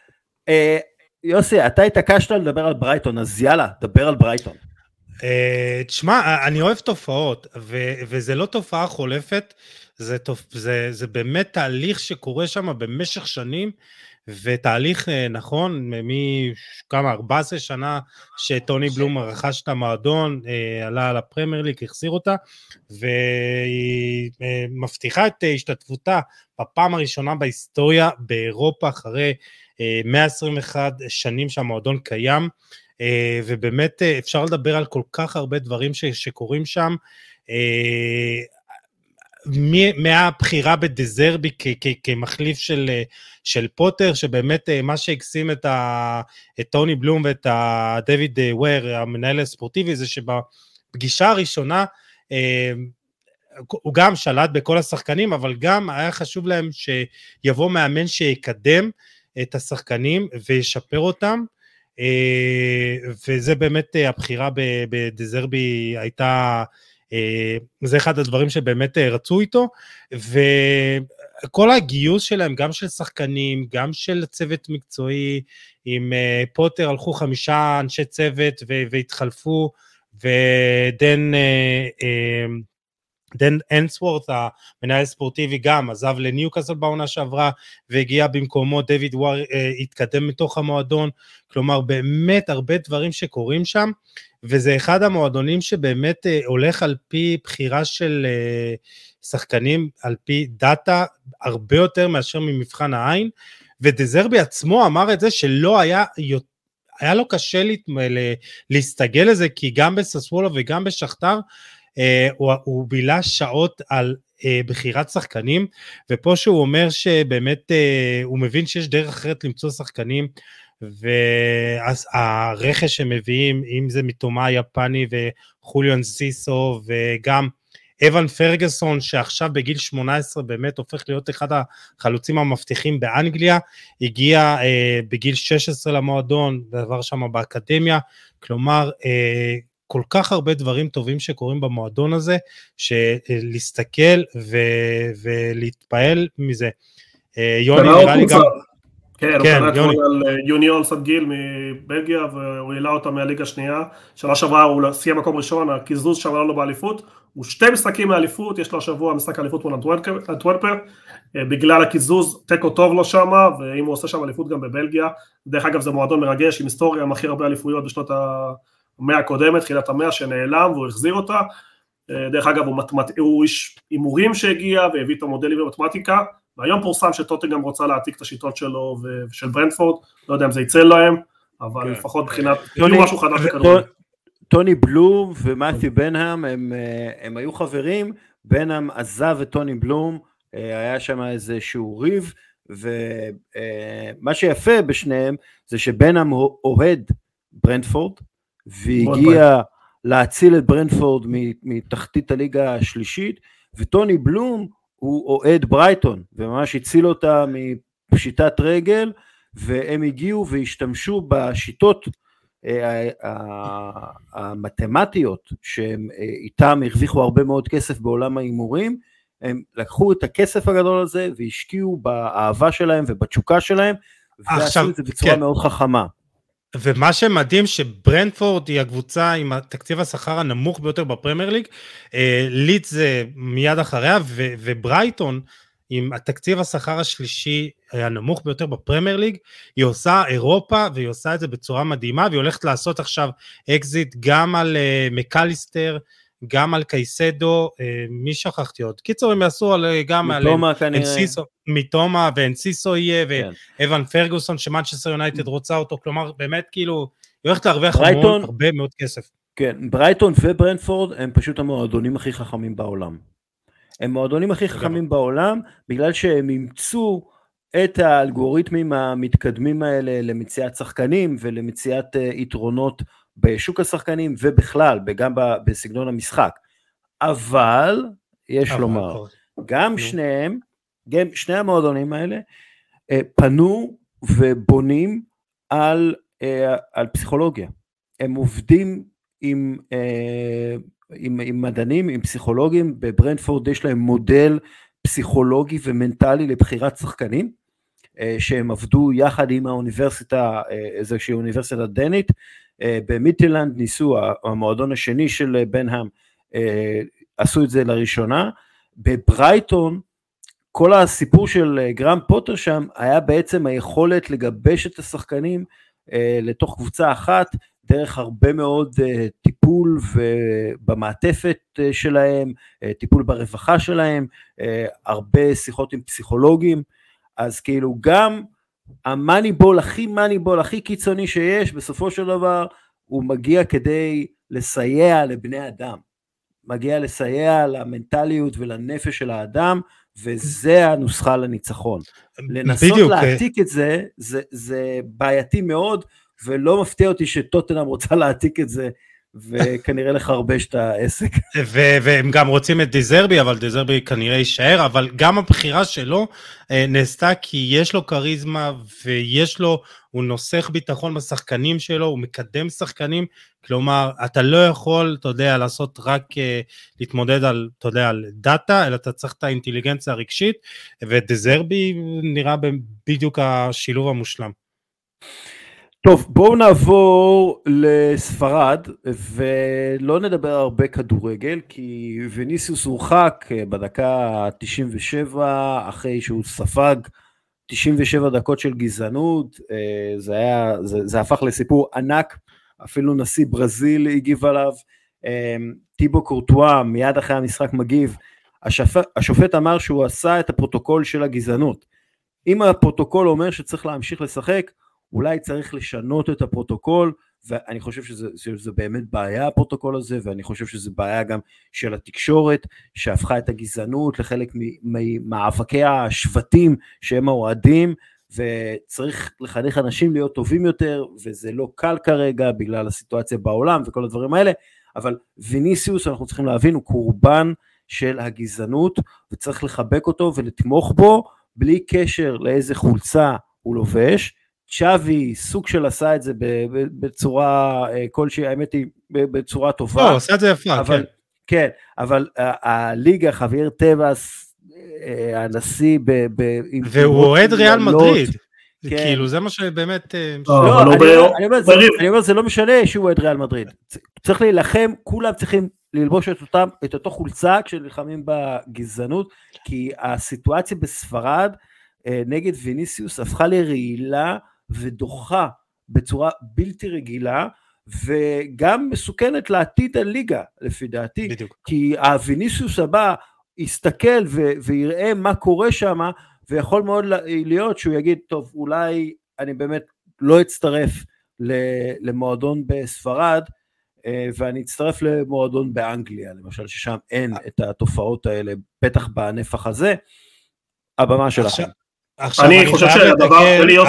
יוסי, אתה התעקשת לדבר על ברייטון, אז יאללה, דבר על ברייטון. תשמע, אני אוהב תופעות, וזה לא תופעה חולפת, זה באמת תהליך שקורה שם במשך שנים, ותהליך נכון, מכמה 14 שנה שטוני בלום רכש את המועדון, עלה על הפרמייר ליג, החזיר אותה, והיא מבטיחה את השתתפותה בפעם הראשונה בהיסטוריה באירופה, אחרי 121 שנים שהמועדון קיים, ובאמת אפשר לדבר על כל כך הרבה דברים שקורים שם, מהבחירה בדזרבי כמחליף של פוטר, שבאמת מה שהקסים את טוני בלום ואת דויד וויר, המנהל הספורטיבי, זה שבפגישה הראשונה הוא גם שלט בכל השחקנים, אבל גם היה חשוב להם שיבוא מאמן שיקדם את השחקנים וישפר אותם, וזה באמת הבחירה בדזרבי הייתה, זה אחד הדברים שבאמת רצו איתו, וכל הגיוס שלהם, גם של שחקנים, גם של צוות מקצועי, עם פוטר הלכו 5 אנשי צוות והתחלפו, דן אנסוורט, המנהל הספורטיבי, גם עזב לניוקאסל בעונה שעברה, והגיע במקומו דויד וויר, התקדם מתוך המועדון, כלומר באמת הרבה דברים שקורים שם, וזה אחד המועדונים שבאמת הולך על פי בחירה של שחקנים, על פי דאטה, הרבה יותר מאשר ממבחן העין, ודזרבי עצמו אמר את זה שלא היה לו קשה להסתגל לזה, כי גם בססוולו וגם בשכתר, הוא בילה שעות על בחירת שחקנים, ופה שהוא אומר שבאמת הוא מבין שיש דרך אחרת למצוא שחקנים, והרכש שמביאים, אם זה מתומה היפני וחוליון סיסו, וגם אבן פרגסון, שעכשיו בגיל 18 באמת הופך להיות אחד החלוצים המבטיחים באנגליה, הגיע בגיל 16 למועדון, ועבר שם באקדמיה, כלומר כל כך הרבה דברים טובים שקורים במועדון הזה, שלהסתכל ולהתפעל מזה. יוני נראה לי גם... כן, הוא קרא אתמול על יוניון סד גיל מבלגיה, והוא העלה אותה מהליגה השנייה, שנה שעברה הוא סיים מקום ראשון, הקיזוז שעבר לו באליפות, הוא 2 משחקים מאליפות, יש לו השבוע משחק אליפות מול אנטוורפר, בגלל הקיזוז, טקו טוב לו שם, ואם הוא עושה שם אליפות גם בבלגיה, דרך אגב זה מועדון מרגש, עם היסטוריה, עם הכי הרבה אליפויות בשנות המאה הקודמת, תחילת המאה שנעלם, והוא החזיר אותה, דרך אגב הוא איש הימורים שהגיע, והביא את המודלים במתמטיקה, והיום פורסם שטוטנהאם רוצה להעתיק את השיטות שלו ושל ברנטפורד, לא יודע אם זה יצא להם, אבל לפחות מבחינת, כאילו משהו חדש בכדורגל. טוני בלום ומת'יו בנהאם, הם היו חברים, בנהאם עזב את טוני בלום, היה שם איזשהו ריב, ומה שיפה בשניהם, זה שבנהאם אוהד ברנטפורד, והגיע להציל את ברנטפורד מתחתית הליגה השלישית, וטוני בלום הוא אוהד ברייטון, וממש הציל אותה מפשיטת רגל, והם הגיעו והשתמשו בשיטות המתמטיות, שהם איתם הרוויחו הרבה מאוד כסף בעולם ההימורים, הם לקחו את הכסף הגדול הזה, והשקיעו באהבה שלהם ובתשוקה שלהם, ועשו את זה בצורה מאוד חכמה. ומה שמדהים שברנטפורד היא הקבוצה עם התקציב השכר הנמוך ביותר בפרמייר ליג, לידס זה מיד אחריה, וברייטון עם התקציב השכר השלישי הנמוך ביותר בפרמייר ליג, היא עושה אירופה, והיא עושה את זה בצורה מדהימה, והיא הולכת לעשות עכשיו אקזיט גם על מקליסטר, גם על קייסדו, מי שכחתי עוד? קיצור, הם יעשו גם על מיטומה ואנסיסו יהיה, ואבן פרגוסון שמנצ'סטר יונייטד רוצה אותו, כלומר באמת כאילו, היא הולכת להרוויח הרבה מאוד כסף. כן, ברייטון וברנטפורד הם פשוט המועדונים הכי חכמים בעולם. הם מועדונים הכי חכמים בעולם, בגלל שהם אימצו את האלגוריתמים המתקדמים האלה למציאת שחקנים ולמציאת יתרונות בשוק השחקנים ובכלל, גם בסגנון המשחק. אבל, יש לומר, גם שניהם, גם שני המועדונים האלה, פנו ובונים על פסיכולוגיה. הם עובדים עם מדענים, עם פסיכולוגים, בברנטפורד יש להם מודל פסיכולוגי ומנטלי לבחירת שחקנים, שהם עבדו יחד עם האוניברסיטה, איזושהי אוניברסיטה דנית, במיטלנד ניסו, המועדון השני של בנהאם, עשו את זה לראשונה, בברייטון, כל הסיפור של גרם פוטר שם, היה בעצם היכולת לגבש את השחקנים, לתוך קבוצה אחת, דרך הרבה מאוד טיפול במעטפת שלהם, טיפול ברווחה שלהם, הרבה שיחות עם פסיכולוגים, אז כאילו גם המאניבול הכי קיצוני שיש, בסופו של דבר הוא מגיע כדי לסייע לבני אדם, מגיע לסייע למנטליות ולנפש של האדם, וזה הנוסחה לניצחון. לנסות להעתיק את זה, זה בעייתי מאוד, ולא מפתיע אותי שטוטנהאם רוצה להעתיק את זה, וכנראה לחרבש את העסק. והם גם רוצים את דיזרבי, אבל דיזרבי כנראה יישאר, אבל גם הבחירה שלו נעשתה כי יש לו קריזמה, ויש לו, הוא נוסח ביטחון בשחקנים שלו, הוא מקדם שחקנים, כלומר, אתה לא יכול, אתה יודע, לעשות רק, להתמודד על, אתה יודע, על דאטה, אלא אתה צריך את האינטליגנציה הרגשית, ודיזרבי נראה בדיוק השילוב המושלם. טוב, בואו נעבור לספרד, ולא נדבר הרבה כדורגל, כי ויניסיוס הורחק בדקה 97, אחרי שהוא ספג 97 דקות של גזענות, זה הפך לסיפור ענק, אפילו נשיא ברזיל הגיב עליו, טיבו קורטואה מיד אחרי המשחק מגיב, השופט אמר שהוא עשה את הפרוטוקול של הגזענות, אם הפרוטוקול אומר שצריך להמשיך לשחק, אולי צריך לשנות את הפרוטוקול, ואני חושב שזה באמת בעיה הפרוטוקול הזה, ואני חושב שזה בעיה גם של התקשורת, שהפכה את הגזענות לחלק ממאבקי השבטים שהם האוהדים, וצריך לחנך אנשים להיות טובים יותר, וזה לא קל כרגע בגלל הסיטואציה בעולם וכל הדברים האלה, אבל ויניסיוס אנחנו צריכים להבין, הוא קורבן של הגזענות, וצריך לחבק אותו ולתמוך בו, בלי קשר לאיזה חולצה הוא לובש, צ'אבי סוג של עשה את זה בצורה כלשהי, האמת היא בצורה טובה. לא, עשה את זה יפה, אבל, כן. אבל הליגה, חביר טבעס, הנשיא, והוא אוהד ריאל מדריד. כאילו זה מה שבאמת... לא, אני אומר, זה לא משנה שהוא אוהד ריאל מדריד. צריך להילחם, כולם צריכים ללבוש את אותו חולצה כשנלחמים בגזענות, כי הסיטואציה בספרד נגד ויניסיוס הפכה לרעילה ודוחה בצורה בלתי רגילה, וגם מסוכנת לעתיד הליגה לפי דעתי, בדיוק. כי הוויניסיוס הבא יסתכל ויראה מה קורה שם, ויכול מאוד להיות שהוא יגיד, טוב, אולי אני באמת לא אצטרף למועדון בספרד, ואני אצטרף למועדון באנגליה, למשל, ששם אין את התופעות האלה, בטח בנפח הזה. הבמה שלכם. אני חושב שהדבר,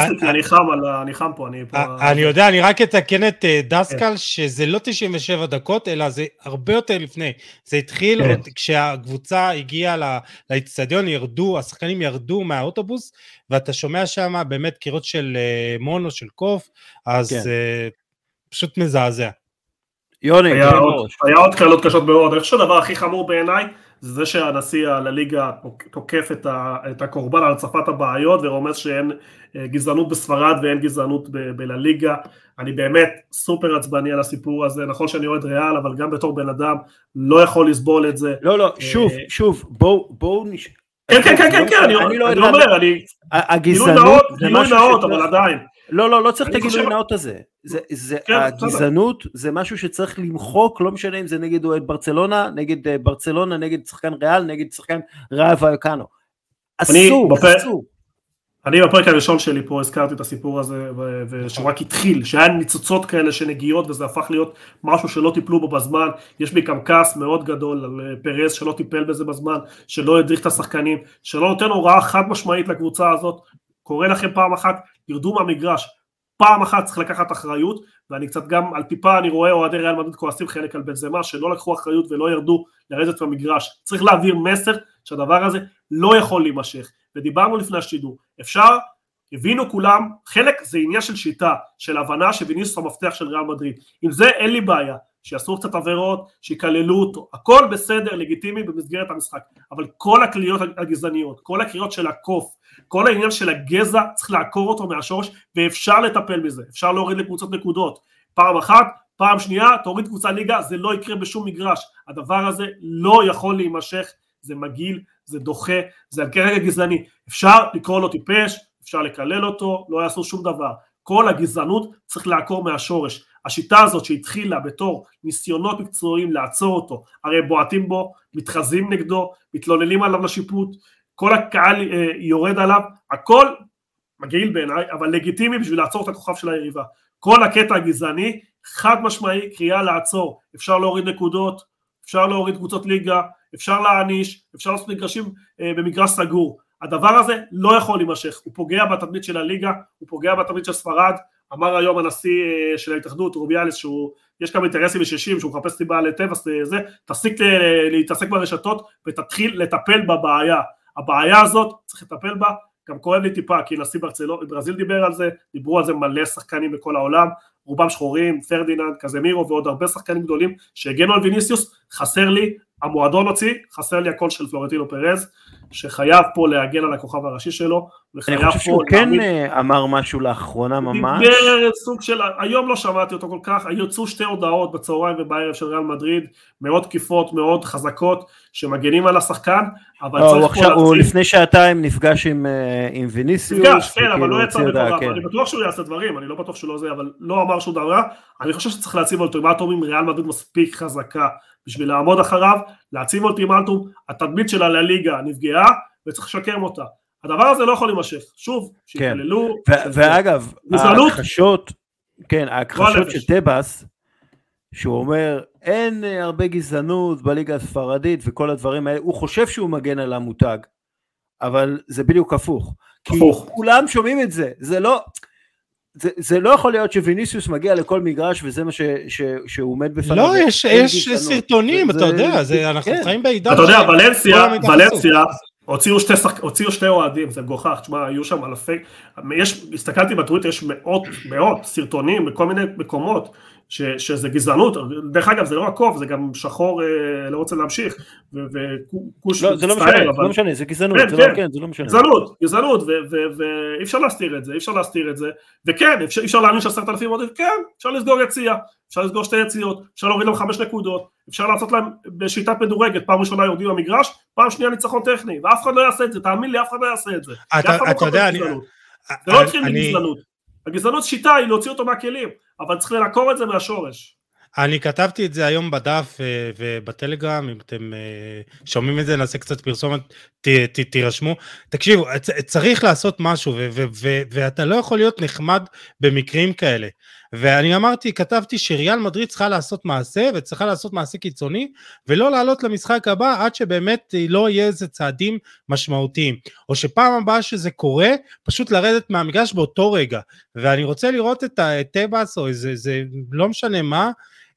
אני חם פה, אני יודע, אני רק אתקן את דסקל, שזה לא 97 דקות, אלא זה הרבה יותר לפני. זה התחיל עוד כשהקבוצה הגיעה לאצטדיון, השחקנים ירדו מהאוטובוס, ואתה שומע שם באמת קירות של מונו, של קוף, אז פשוט מזעזע. יוני, היה עוד קלות קשות מאוד. אני חושב שהדבר הכי חמור בעיניי, זה שהנשיא לליגה תוקף את הקורבן על הצפת הבעיות, ורומז שאין גזענות בספרד ואין גזענות בליגה. אני באמת סופר עצבני על הסיפור הזה, נכון שאני אוהד ריאל, אבל גם בתור בן אדם לא יכול לסבול את זה. לא, שוב, בואו כן, אני אומר, הגזענות זה משהו נאות, אבל עדיין. לא צריך את הגילוי נאות הזה. הגזענות זה משהו שצריך למחוק, לא משנה אם זה נגד אוהד ברצלונה, נגד שחקן ריאל, נגד שחקן ראיו ויוקאנו. אסור. אני בפרק הראשון שלי פה הזכרתי את הסיפור הזה, ושרק התחיל, שהיה ניצוצות כאלה שנגיעות, וזה הפך להיות משהו שלא טיפלו בו בזמן. יש בי גם כעס מאוד גדול על פרס שלא טיפל בזה בזמן, שלא הדריך את השחקנים, שלא נותן הוראה חד משמעית לקבוצה הזאת. קורא לכם פעם אחת, ירדו מהמגרש, פעם אחת צריך לקחת אחריות, ואני קצת גם על טיפה אני רואה אוהדי ריאל מדריד כועסים חלק על בנזמה, שלא לקחו אחריות ולא ירדו לרדת מהמגרש. צריך להעביר מסר שהדבר הזה לא יכול להימשך, ודיברנו לפני השידור, אפשר, הבינו כולם, חלק זה עניין של שיטה, של הבנה שוויניסיוס המפתח של ריאל מדריד, עם זה אין לי בעיה, שיעשו קצת עבירות, שיקללו אותו, הכל בסדר, לגיטימי במסגרת המשחק, אבל כל הקריאות הגזעניות, כל הקריאות של הקוף, כל העניין של הגזע, צריך לעקור אותו מהשורש, ואפשר לטפל בזה, אפשר להוריד לקבוצות נקודות, פעם אחת, פעם שנייה, תוריד קבוצה ליגה, זה לא יקרה בשום מגרש, הדבר הזה לא יכול להימשך, זה מגעיל, זה דוחה, זה על כרגע גזעני, אפשר לקרוא לו טיפש, אפשר לקלל אותו, לא יעשו שום דבר, כל הגזענות צריך לעקור מהשורש, השיטה הזאת שהתחילה בתור ניסיונות מקצועיים לעצור אותו, הרי בועטים בו, מתחזים נגדו, מתלוננים עליו לשיפוט, כל הקהל יורד עליו, הכל מגעיל בעיניי, אבל לגיטימי בשביל לעצור את הכוכב של היריבה, כל הקטע הגזעני, חד משמעי, קריאה לעצור, אפשר להוריד נקודות, אפשר להוריד קבוצות ליגה, אפשר להעניש, אפשר לעשות מגרשים במגרש סגור, הדבר הזה לא יכול להימשך, הוא פוגע בתדמית של הליגה, הוא פוגע בתדמית של ספרד, אמר היום הנשיא של ההתאחדות, רוביאליס, שיש כמה אינטרסים בשישים, שהוא מחפש טיפה לטבע, תפסיק להתעסק ברשתות, ותתחיל לטפל בבעיה, הבעיה הזאת צריך לטפל בה, גם כואב לי טיפה, כי נשיא ברזיל דיבר על זה, דיברו על זה מלא שחקנים בכל העולם, רובם שחורים, פרדיננד, קזמירו, ועוד הרבה שחקנים גדולים, שהגנו על ויניסיוס, חסר לי, המועדון הוציא, חסר לי הקול של פלורנטינו פרז, שחייב פה להגן על הכוכב הראשי שלו, אני חושב שהוא כן אמר משהו לאחרונה ממש. דיבר סוג של, היום לא שמעתי אותו כל כך, יוצאו שתי הודעות בצהריים ובערב של ריאל מדריד, מאוד תקיפות, מאוד חזקות, שמגנים על השחקן, אבל הוא לפני שעתיים נפגש עם ויניסיוס. נפגש, כן, אבל לא יצא בקורב, אני בטוח שהוא יעשה דברים, אני לא בטוח שהוא לא זה, אבל לא אמר שום דבר, אני חושב שצריך להציב אולטימטום עם ריאל מדריד מספיק חזקה, בשביל לעמוד אחריו, להציב אולטימטום, התדמית שלה לליגה נפגעה, וצריך לשקם אותה. הדבר הזה לא יכול להימשך, שוב, שיקללו. ואגב, ההכחשות של טבאס, שהוא אומר, אין הרבה גזענות בליגה הספרדית וכל הדברים האלה, הוא חושב שהוא מגן על המותג, אבל זה בדיוק הפוך. כי כולם שומעים את זה, זה לא יכול להיות שוויניסיוס מגיע לכל מגרש וזה מה שהוא עומד בפניו. לא, יש סרטונים, אתה יודע, אנחנו חיים בעידן. אתה יודע, ולנסיה, הוציאו שתי אוהדים, זה מגוחך, תשמע, היו שם אלפי, הסתכלתי בטוויטר, יש מאות סרטונים בכל מיני מקומות, שזה גזענות, דרך אגב זה לא רק קוף, זה גם שחור, לא רוצה להמשיך, לא, זה לא משנה, זה גזענות, זה לא משנה. גזענות, ואי אפשר להסתיר את זה, וכן, אפשר להעניש 10,000 עוד, כן, אפשר לסגור יציאה, אפשר לסגור שתי יציאות, אפשר להוריד להם 5 נקודות, אפשר לעשות להם בשיטת מדורגת, פעם ראשונה יורדים במגרש, פעם שנייה ניצחון טכני, ואף אחד לא יעשה את זה, תאמין לי, אף אחד לא יעשה את זה. אתה יודע, זה לא התחיל מגזענות. הגזענות שיטה היא להוציא אותו מהכלים, אבל צריך לעקור את זה מהשורש. אני כתבתי את זה היום בדף ובטלגרם, אם אתם שומעים את זה, נעשה קצת פרסומת, תירשמו. תקשיבו, צריך לעשות משהו, ואתה לא יכול להיות נחמד במקרים כאלה. ואני אמרתי, כתבתי שריאל מדריד צריכה לעשות מעשה, וצריכה לעשות מעשה קיצוני, ולא לעלות למשחק הבא, עד שבאמת לא יהיה איזה צעדים משמעותיים, או שפעם הבאה שזה קורה, פשוט לרדת מהמגרש באותו רגע, ואני רוצה לראות את טבאס, או איזה, לא משנה מה,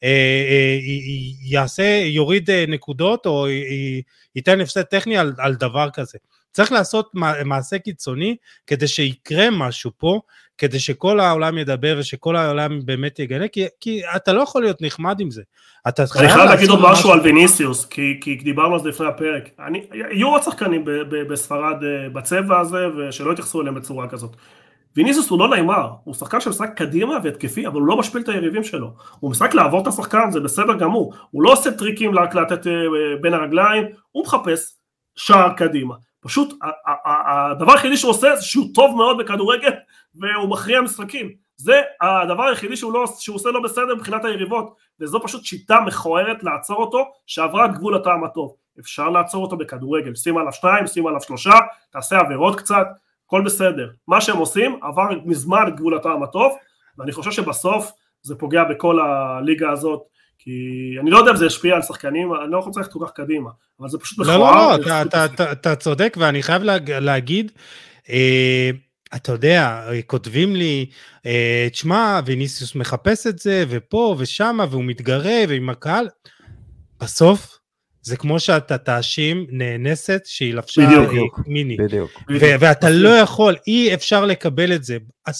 יוריד נקודות, או ייתן הפסד טכני על דבר כזה. צריך לעשות מעשה קיצוני, כדי שיקרה משהו פה, כדי שכל העולם ידבר, ושכל העולם באמת יגנה, כי אתה לא יכול להיות נחמד עם זה. אני חייב להגיד עוד משהו על ויניסיוס, כי דיברנו על זה לפני הפרק. יהיו עוד שחקנים בספרד בצבע הזה, ושלא יתייחסו אליהם בצורה כזאת. ויניסיוס הוא לא נאמר, הוא שחקן שמשחק קדימה והתקפי, אבל הוא לא משפיל את היריבים שלו. הוא משחק לעבור את השחקן, זה בסדר גמור. הוא לא עושה טריקים לתת בין הרגליים, הוא מחפש שער קדימה. פשוט הדבר היחידי שהוא עושה זה שהוא טוב מאוד בכדורגל והוא מכריע משחקים. זה הדבר היחידי שהוא עושה לא בסדר מבחינת היריבות, וזו פשוט שיטה מכוערת לעצור אותו שעברה את גבול הטעם הטוב. אפשר לעצור אותו בכדורגל, שים עליו 2, שים עליו 3, תעשה עבירות קצת, הכל בסדר. מה שהם עושים עבר מזמן את גבול הטעם הטוב, ואני חושב שבסוף זה פוגע בכל הליגה הזאת, כי אני לא יודע אם זה ישפיע על שחקנים, אני לא רוצה ללכת כל כך קדימה, אבל זה פשוט מכוער. לא, אתה צודק, ואני חייב להגיד, אתה יודע, כותבים לי, תשמע, ויניסיוס מחפש את זה, ופה ושמה, והוא מתגרה, ועם הקהל, בסוף, זה כמו שאתה תאשים נאנסת, שהיא לבשה מיני, ואתה לא יכול, אי אפשר לקבל את זה,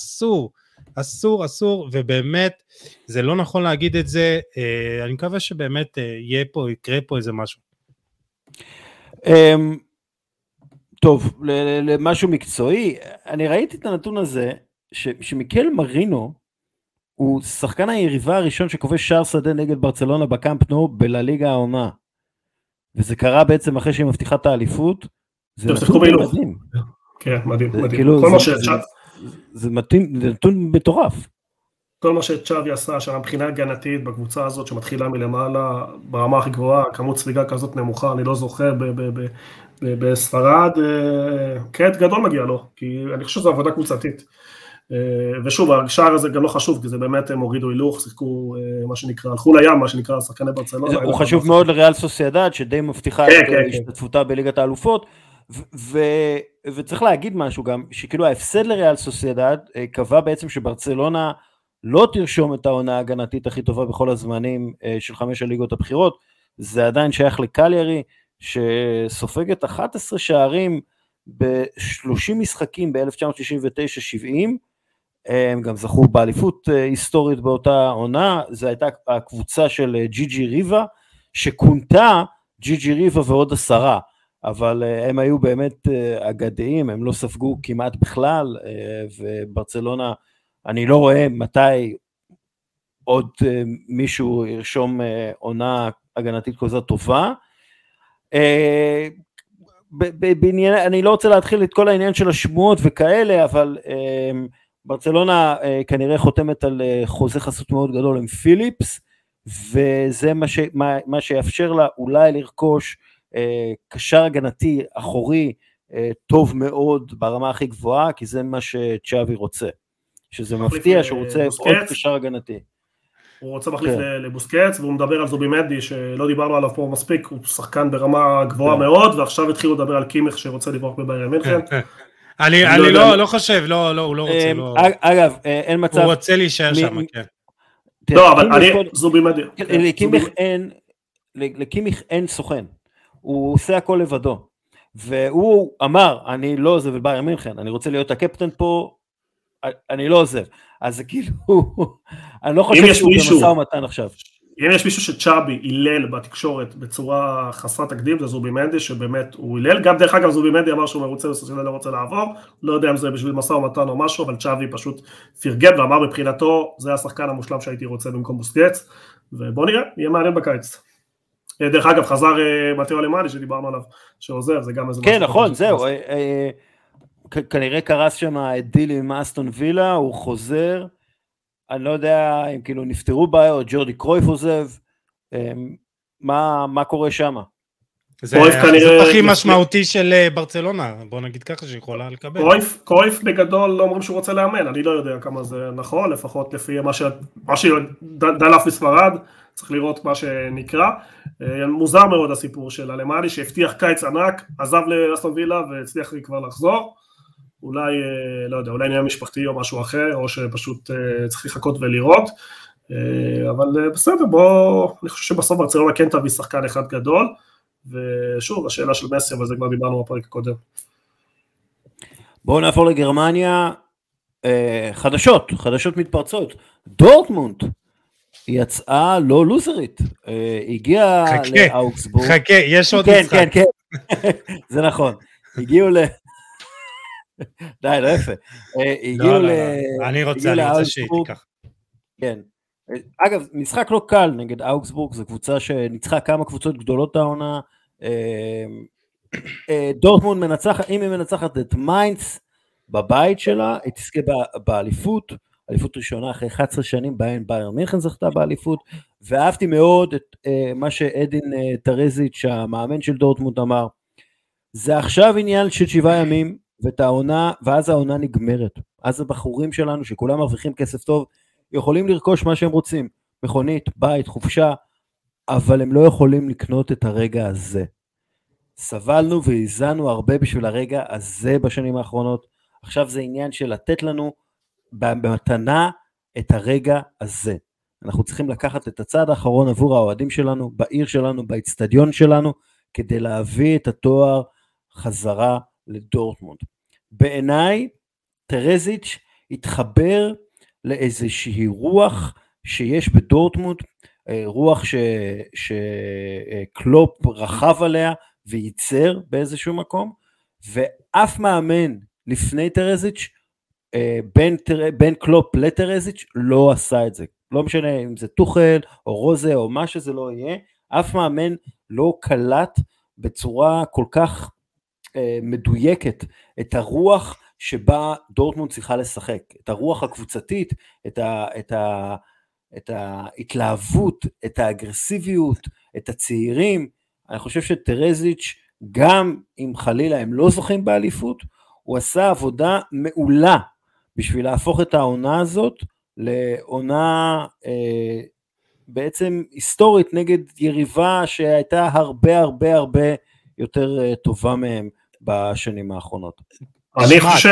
אסור, ובאמת, זה לא נכון להגיד את זה, אני מקווה שבאמת יקרה פה איזה משהו. טוב, למשהו מקצועי, אני ראיתי את הנתון הזה, שמיקל מרינו, הוא שחקן היריבה הראשון שכובש שער שדה נגד ברצלונה בקאמפ נו בלליגה העונה, וזה קרה בעצם אחרי שהיא מבטיחה את האליפות, זה מדהים. כן, מדהים. זה נתון מטורף. כל מה שצ'אבי עשה שם מבחינה הגנתית בקבוצה הזאת שמתחילה מלמעלה ברמה הכי גבוהה, כמות ספיגה כזאת נמוכה, אני לא זוכר בספרד, קרדיט גדול מגיע לו, כי אני חושב שזו עבודה קבוצתית. ושוב, השער הזה גם לא חשוב, כי זה באמת הם הורידו הילוך, שיחקו מה שנקרא, הלכו לים, מה שנקרא, שחקני ברצלונה. הוא חשוב מאוד לריאל סוסיידד, שדי מבטיחה את השתתפותה בליגת האלופות, וצריך להגיד משהו גם, שכאילו ההפסד לריאל סוסיידד, קבע בעצם שברצלונה לא תרשום את העונה ההגנתית הכי טובה בכל הזמנים של 5 הליגות הבחירות, זה עדיין שייך לקליירי, שסופגת 11 שערים ב-30 משחקים ב-1969-70, הם גם זכו באליפות היסטורית באותה עונה, זו הייתה הקבוצה של ג'י ריבה, שכונתה ג'י ריבה ועוד 10, אבל הם היו באמת אגדיים, הם לא ספגו כמעט בכלל, וברצלונה, אני לא רואה מתי עוד מישהו ירשום עונה הגנתית כזאת טובה. אני לא רוצה להתחיל את כל העניין של השמועות וכאלה, אבל ברצלונה כנראה חותמת על חוזה חסות מאוד גדול עם פיליפס, וזה מה שיאפשר לה אולי לרכוש קשר הגנתי אחורי טוב מאוד ברמה הכי גבוהה, כי זה מה שצ'אבי רוצה, שזה מפתיע שהוא רוצה עוד קשר הגנתי. הוא רוצה מחליף לבוסקץ, והוא מדבר על זובימנדי, שלא דיברנו עליו פה מספיק, הוא שחקן ברמה גבוהה מאוד, ועכשיו התחילו לדבר על קימיך שרוצה לברוח בביירן מינכן. אני לא חושב, הוא לא רוצה. אגב, אין מצב. הוא רוצה להישאר שם, כן. לא, אבל זובימנדי. לקימיך אין סוכן, הוא עושה הכל לבדו, והוא אמר, אני לא עוזב את ביירן מינכן, אני רוצה להיות הקפטן פה, אני לא עוזב, אז זה כאילו, אני לא חושב שהוא במשא ומתן עכשיו. אם יש מישהו שצ'אבי הילל בתקשורת בצורה חסרת תקדים, זה זובימנדי, שבאמת הוא הילל, גם דרך אגב זובימנדי אמר שהוא מרוצה וסוציאלי לא רוצה לעבור, לא יודע אם זה בשביל משא ומתן או משהו, אבל צ'אבי פשוט פרגן ואמר מבחינתו, זה השחקן המושלם שהייתי רוצה במקום בוסקץ, ובוא נראה, יהיה מעניין בקיץ. דרך אגב חזר מתאו אלמני שדיברנו עליו, שעוזב, זה גם איזה כן, נכון, זהו, כנראה קרס שם דיל עם אסטון וילה, הוא חוזר, אני לא יודע אם כאילו נפטרו בעיות, ג'ורדי קרויף עוזב, מה קורה שם? זה החיזוק הכי משמעותי של ברצלונה, בוא נגיד ככה שיכולה לקבל. קרויף בגדול לא אומרים שהוא רוצה לאמן, אני לא יודע כמה זה נכון, לפחות לפי מה שדלף בספרד, צריך לראות מה שנקרא. מוזר מאוד הסיפור של אלמני שהבטיח קיץ ענק, עזב לאסטון וילה והצליח כבר לחזור, אולי, לא יודע, אולי נהיה משפחתי או משהו אחר, או שפשוט צריך לחכות ולראות, אבל בסדר, אני חושב שבסוף ברצלונה כן תביא שחקן אחד גדול, ושוב, השאלה של מסי, אבל זה כבר דיברנו בפרק הקודם. בואו נעבור לגרמניה, חדשות מתפרצות, דורטמונד יצאה לא לוזרית, הגיעה לאוגסבורג. חכה, יש עוד משחק. כן, זה נכון, הגיעו די, לא יפה. אני רוצה שתיקח. כן. אגב, משחק לא קל נגד אוגסבורג, זו קבוצה שניצחה כמה קבוצות גדולות העונה. דורטמונד מנצחת, אם היא מנצחת את מיינץ בבית שלה, היא תזכה באליפות, אליפות ראשונה אחרי 11 שנים, ביירן מינכן זכתה באליפות, ואהבתי מאוד את מה שאדין טרזיץ', המאמן של דורטמונד אמר, זה עכשיו עניין של 7 ימים, ואז העונה נגמרת. אז הבחורים שלנו, שכולם מרוויחים כסף טוב, יכולים לרכוש מה שהם רוצים, מכונית, בית, חופשה, אבל הם לא יכולים לקנות את הרגע הזה. סבלנו והזענו הרבה בשביל הרגע הזה בשנים האחרונות, עכשיו זה עניין של לתת לנו במתנה את הרגע הזה. אנחנו צריכים לקחת את הצעד האחרון עבור האוהדים שלנו, בעיר שלנו, באצטדיון שלנו, כדי להביא את התואר חזרה לדורטמונד. בעיניי, טרזיץ' התחבר לאיזושהי רוח שיש בדורטמונד, רוח שקלופ רחב עליה וייצר באיזשהו מקום, ואף מאמן לפני טרזיץ', בין קלופ לטרזיץ' לא עשה את זה. לא משנה אם זה טוחל או רוזה או מה שזה לא יהיה, אף מאמן לא קלט בצורה כל כך מדויקת את שבה דורטמונד צריכה לשחק, את הרוח הקבוצתית, את ההתלהבות, את האגרסיביות, את הצעירים. אני חושב שטרזיץ' גם אם חלילה הם לא זוכים באליפות, הוא עשה עבודה מעולה בשביל להפוך את העונה הזאת לעונה בעצם היסטורית נגד יריבה שהייתה הרבה יותר טובה מהם בשנים האחרונות. אני חושב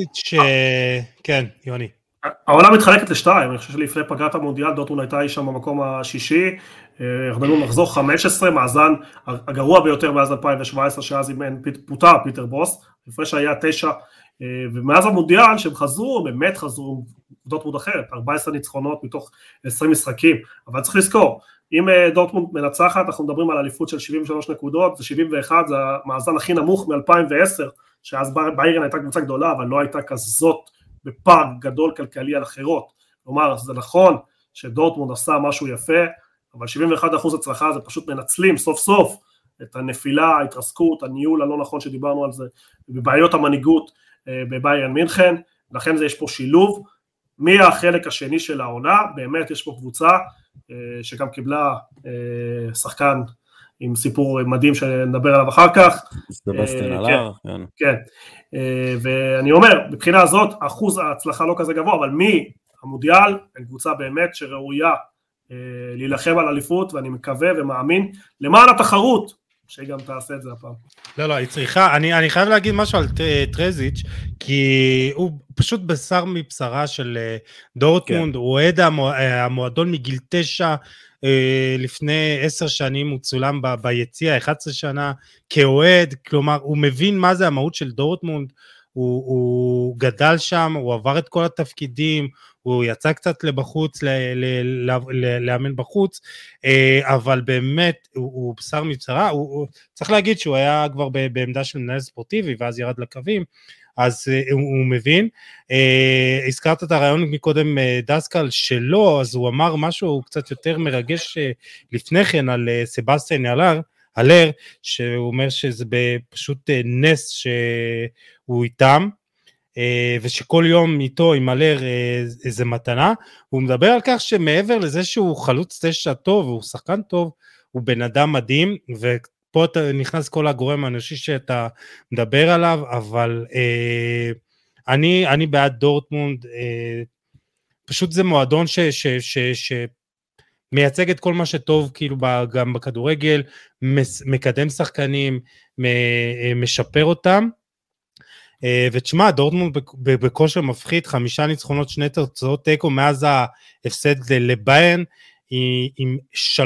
כן, יוני. העונה מתחלקת לשתיים, אני חושב שלפני פגרת המונדיאל דורטמונד הייתה שם במקום השישי, אנחנו מחזור 15, מאזן הגרוע ביותר מאז 2017, שאז פוטר פיטר בוס, לפני שהיה 9, ומאז המונדיאל שהם חזרו, באמת חזרו דורטמונד אחרת, 14 ניצחונות מתוך 20 משחקים, אבל צריך לזכור, אם דורטמונד מנצחת, אנחנו מדברים על אליפות של 73 נקודות, זה 71, זה המאזן הכי נמוך מ-2010, שאז ביירן הייתה קבוצה גדולה, אבל לא הייתה כזאת בפער גדול כלכלי על אחרות. כלומר, זה נכון שדורטמונד עשה משהו יפה, אבל 71% הצלחה זה פשוט מנצלים סוף סוף את הנפילה, ההתרסקות, הניהול הלא נכון שדיברנו על זה, בבעיות המנהיגות בביירן מינכן, לכן יש פה שילוב, מהחלק השני של העונה, באמת יש פה קבוצה שגם קיבלה שחקן עם סיפור מדהים שנדבר עליו אחר כך. כן, ואני אומר, מבחינה הזאת, אחוז ההצלחה לא כזה גבוה, אבל מהמונדיאל, הם קבוצה באמת שראויה להילחם על אליפות, ואני מקווה ומאמין, למען התחרות, שהיא גם תעשה את זה הפעם. לא, היא צריכה, אני חייב להגיד משהו על טרזיץ', כי הוא פשוט בשר מבשרה של דורטמונד, הוא אוהד המועדון מגיל 9, לפני 10 שנים הוא צולם ביציע, 11 שנה כאוהד, כלומר הוא מבין מה זה המהות של דורטמונד, הוא גדל שם, הוא עבר את כל התפקידים, הוא יצא קצת לבחוץ, לאמן בחוץ, אבל באמת הוא בשר מבשרה, הוא צריך להגיד שהוא היה כבר בעמדה של מנהל ספורטיבי, ואז ירד לקווים, אז הוא מבין. הזכרת את הרעיון מקודם דסקל שלו, אז הוא אמר משהו קצת יותר מרגש לפני כן על סבסטיאן אלר, שהוא אומר שזה פשוט נס שהוא איתם, ושכל יום איתו עם אלר איזה מתנה. הוא מדבר על כך שמעבר לזה שהוא חלוץ 9 טוב, והוא שחקן טוב, הוא בן אדם מדהים, ופה פה נכנס כל הגורם האנושי שאתה מדבר עליו, אבל אני בעד דורטמונד, פשוט זה מועדון שמייצג את כל מה שטוב, כאילו גם בכדורגל, מקדם שחקנים, משפר אותם, ותשמע, דורטמונד בכושר מפחיד, 5 ניצחונות, 2 תוצאות תיקו, מאז ההפסד לביירן, עם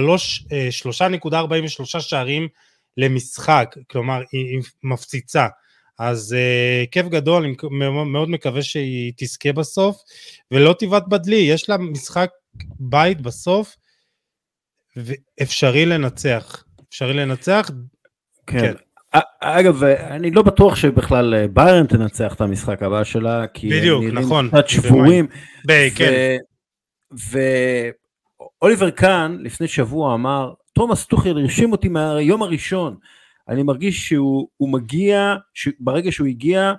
3.43 שערים למשחק, כלומר, היא מפציצה, אז כיף גדול, אני מאוד מקווה שהיא תזכה בסוף, ולא תיבט בדלי, יש לה משחק בית בסוף, ואפשרי לנצח, כן. אגב, אני לא בטוח שבכלל ביירן תנצח את המשחק הבא שלה, כי בדיוק, נכון, קצת שבורים, כן. ואוליבר קאן לפני שבוע אמר, תומאס טוחל הרשים אותי מהיום הראשון, אני מרגיש שהוא מגיע, ברגע שהוא הגיע,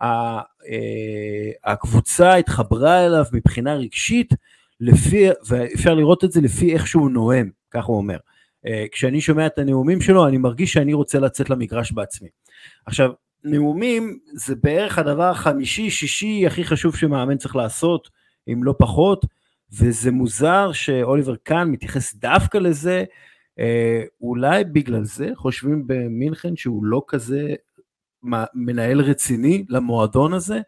הקבוצה התחברה אליו מבחינה רגשית, ואפשר לראות את זה לפי איך שהוא נואם, כך הוא אומר. כשאני שומע את הנאומים שלו, אני מרגיש שאני רוצה לצאת למגרש בעצמי. עכשיו, נאומים זה בערך הדבר החמישי, שישי הכי חשוב שמאמן צריך לעשות, אם לא פחות, וזה מוזר שאוליבר קאן מתייחס דווקא לזה, אולי בגלל זה חושבים במינכן שהוא לא כזה מנהל רציני למועדון הזה,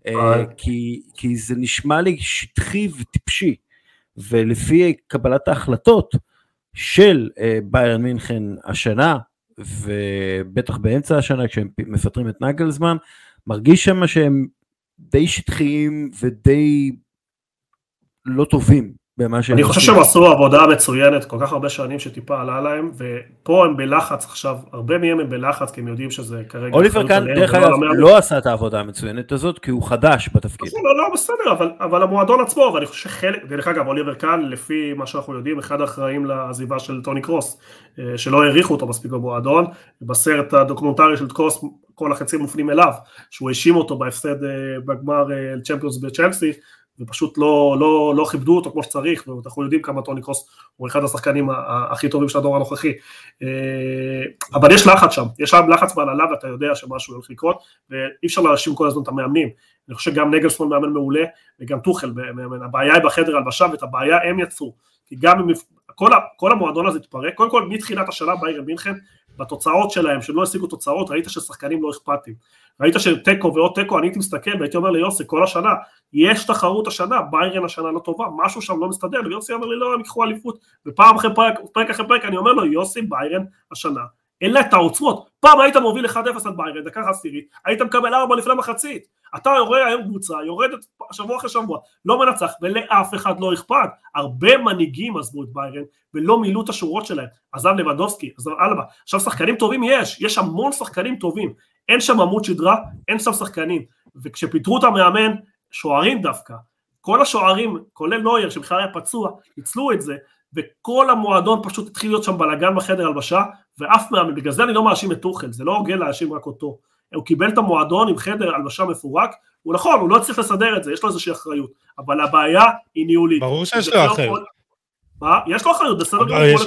כי זה נשמע לי שטחי וטיפשי, ולפי קבלת ההחלטות של ביירן מינכן השנה, ובטח באמצע השנה כשהם מפטרים את נגלזמן, מרגיש שמה שהם די שטחיים ודי לא טובים. אני חושב שהם עשו עבודה מצוינת כל כך הרבה שנים שטיפה עלה להם, ופה הם בלחץ עכשיו, הרבה מהם הם בלחץ, כי הם יודעים שזה כרגע... אוליבר קאן דרך אגב לא עשה את העבודה המצוינת הזאת, כי הוא חדש בתפקיד. לא, בסדר, אבל המועדון עצמו, ואני חושב שחלק, דרך אגב, אוליבר קאן, לפי מה שאנחנו יודעים, אחד האחראים לעזיבה של טוני קרוס, שלא העריכו אותו מספיק במועדון, בסרט הדוקומנטרי של קרוס, כל החצים מופנים אליו, שהוא האשים אותו בהפסד בגמר צ'מפיונס בצ'לסי, ופשוט לא כיבדו אותו כמו שצריך, ואנחנו יודעים כמה טוני קרוס הוא אחד השחקנים הכי טובים של הדור הנוכחי, אבל יש לחץ שם, יש שם לחץ בהנהלה, ואתה יודע שמשהו הולך לקרות, ואי אפשר להאשים כל הזמן את המאמנים, אני חושב שגם נגלסמן מאמן מעולה, וגם טוחל מאמן, הבעיה היא בחדר הלבשה, ואת הבעיה הם יצאו, כי גם כל המועדון הזה התפרק, קודם כל מתחילת השנה ביירן מינכן, בתוצאות שלהם, שהם לא השיגו תוצאות, ראית ששחקנים לא אכפתים, ראית שטקו ועוד טקו, אני הייתי מסתכל והייתי אומר ליוסי, כל השנה, יש תחרות השנה, ביירן השנה לא טובה, משהו שם לא מסתדר, ויוסי אומר לי, לא, הם יקחו אליפות, ופעם אחרי פרק אחרי פרק, אני אומר לו, יוסי, ביירן השנה, אין לה את העוצמות, פעם היית מוביל 1-0 על ביירן, דקה עשירית, היית מקבל 4 לפני מחצית, אתה רואה היום קבוצה, יורדת שבוע אחרי שבוע, לא מנצח, ולאף אחד לא אכפת, הרבה מנהיגים עזבו את ביירן, ולא מילאו את השורות שלהם, עזב לבנדובסקי, עזב אלבה, עכשיו שחקנים טובים יש המון שחקנים טובים, אין שם עמוד שדרה, אין שם שחקנים, וכשפיטרו את המאמן, שוערים דווקא, כל השוערים, כולל נויר, שבכלל היה פצוע, ניצלו את זה, וכל המועדון פשוט התחיל להיות שם בלגן בחדר הלבשה, ואף מאמן, בגלל זה אני לא מאשים את טוחל, זה לא הוגן להאשים רק אותו, הוא קיבל את המועדון עם חדר הלבשה מפורק, הוא נכון, הוא לא צריך לסדר את זה, יש לו איזושהי אחריות, אבל הבעיה היא ניהולית. ברור שיש לו אחריות. יש לו אחריות, בסדר,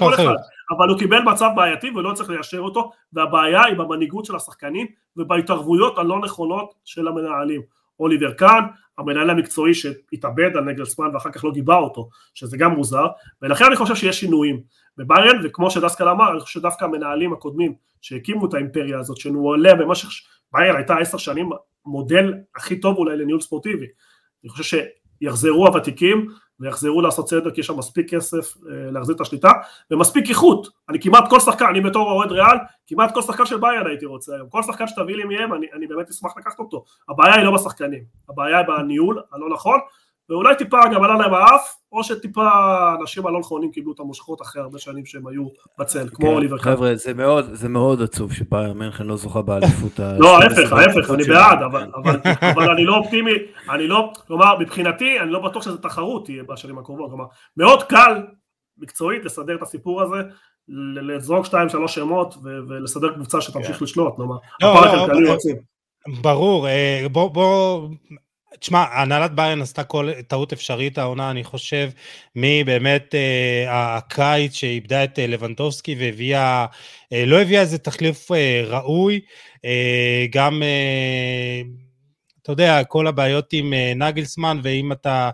אבל הוא קיבל מצב בעייתי ולא צריך ליישר אותו, והבעיה היא במנהיגות של השחקנים, ובהתערבויות הלא נכונות של המנהלים. אוליבר קאן, המנהל המקצועי שהתאבד על נגלסמן ואחר כך לא גיבה אותו, שזה גם מוזר, ולכן אני חושב שיש שינויים בביירן, וכמו שדסקל אמר, אני חושב שדווקא המנהלים הקודמים שהקימו את האימפריה הזאת, שנוהלה במשך, ביירן הייתה 10 שנים מודל הכי טוב אולי לניהול ספורטיבי, אני חושב שיחזרו הוותיקים, ויחזרו לעשות צדק, כי יש שם מספיק כסף להחזיר את השליטה, ומספיק איכות, אני כמעט כל שחקן, אני בתור אוהד ריאל, כמעט כל שחקן של ביירן הייתי רוצה היום, כל שחקן שתביא לי מהם, אני באמת אשמח לקחת אותו, הבעיה היא לא בשחקנים, הבעיה היא בניהול, הלא נכון, ואולי טיפה גם עלה להם האף, או שטיפה אנשים הלא נכונים קיבלו את המושכות אחרי הרבה שנים שהם היו בצל, כמו אוליבר קאן. חבר'ה, זה מאוד עצוב שביירן מינכן לא זוכה באליפות. לא, ההפך, אני בעד, אבל אני לא אופטימי, כלומר, מבחינתי, אני לא בטוח שזה תחרות תהיה בשנים הקרובות, כלומר, מאוד קל, מקצועית, לסדר את הסיפור הזה, לזרוק 2-3 שמות, ולסדר קבוצה שתמשיך לשלוט, כלומר, הפער הכלכלי יוצאים. ברור, בוא, תשמע, הנהלת ביירן עשתה כל טעות אפשרית העונה, אני חושב, מבאמת הקיץ שאיבדה את לבנדובסקי והביאה, לא הביאה איזה תחליף ראוי, גם, אתה יודע, כל הבעיות עם נגלסמן, ואם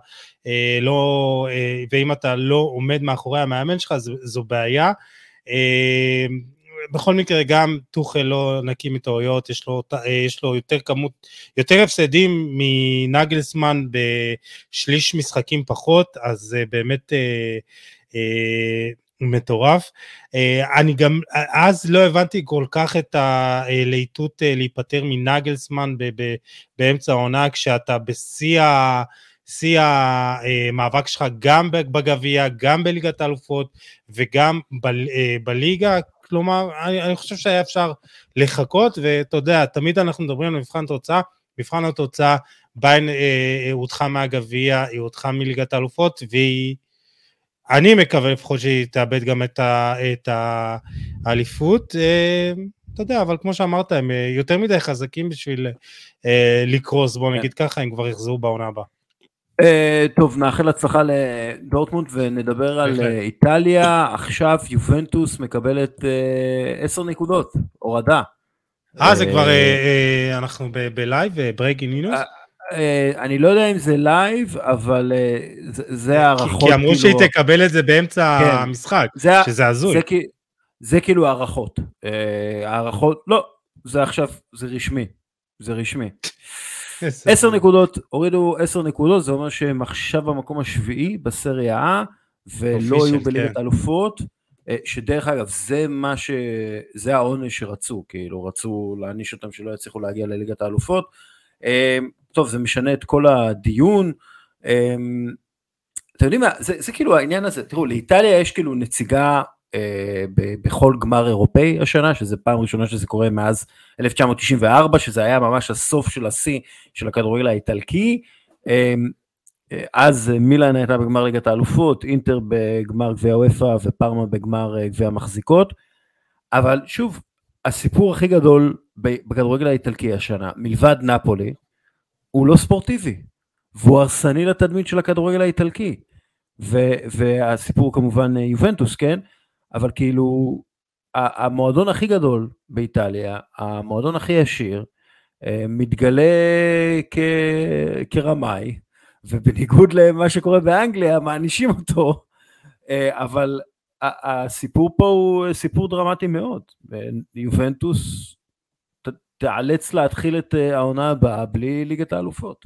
אתה לא עומד מאחורי המאמן שלך, זו בעיה. בכל מקרה גם טוחל לא נקי מטעויות, יש לו יותר הפסדים מנגלסמן בשליש משחקים פחות, אז זה באמת מטורף. אני גם אז לא הבנתי כל כך את הלהיטות להיפטר מנגלסמן באמצע העונה, כשאתה בשיא המאבק שלך גם בגביע, גם בליגת האלופות וגם בליגה, כלומר, אני חושב שהיה אפשר לחכות, ואתה יודע, תמיד אנחנו מדברים על מבחן תוצאה, מבחן התוצאה, ביירן הודחה מהגביע, היא הודחה מליגת האלופות, ואני מקווה לפחות שהיא תאבד גם את האליפות, אתה יודע, אבל כמו שאמרת, הם יותר מדי חזקים בשביל לקרוס, בוא נגיד ככה, הם כבר יחזרו בעונה הבאה. טוב, נאחל הצלחה לדורטמונד ונדבר על איטליה. עכשיו יובנטוס מקבלת 10 נקודות, הורדה. זה כבר, אנחנו בלייב, ברייגינג ניוז? אני לא יודע אם זה לייב, אבל זה הערכות. כי אמרו שהיא תקבל את זה באמצע המשחק, שזה הזוי. זה כאילו הערכות. הערכות, לא, זה עכשיו, זה רשמי. זה רשמי. 10 נקודות, הורידו 10 נקודות, זה אומר שהם עכשיו במקום השביעי בסריה A, ולא היו בליגת אלופות, שדרך אגב, זה העונש שרצו, כאילו רצו להעניש אותם שלא יצליחו להגיע לליגת האלופות. טוב, זה משנה את כל הדיון. אתם יודעים מה, זה כאילו העניין הזה, תראו, לאיטליה יש כאילו נציגה בכל גמר אירופאי השנה, שזה פעם ראשונה שזה קורה מאז 1994, שזה היה ממש הסוף של השיא של הכדורגל האיטלקי. אז מילאן הייתה בגמר ליגת האלופות, אינטר בגמר גביע אוופא ופארמה בגמר גביע המחזיקות. אבל שוב, הסיפור הכי גדול בכדורגל האיטלקי השנה, מלבד נפולי, הוא לא ספורטיבי, והוא הרסני לתדמית של הכדורגל האיטלקי. והסיפור כמובן יובנטוס, כן? אבל כאילו, המועדון הכי גדול באיטליה, המועדון הכי ישיר, מתגלה כרמאי, ובניגוד למה שקורה באנגליה, מענישים אותו, אבל הסיפור פה הוא סיפור דרמטי מאוד. יובנטוס תיאלץ להתחיל את העונה הבאה בלי ליגת האלופות.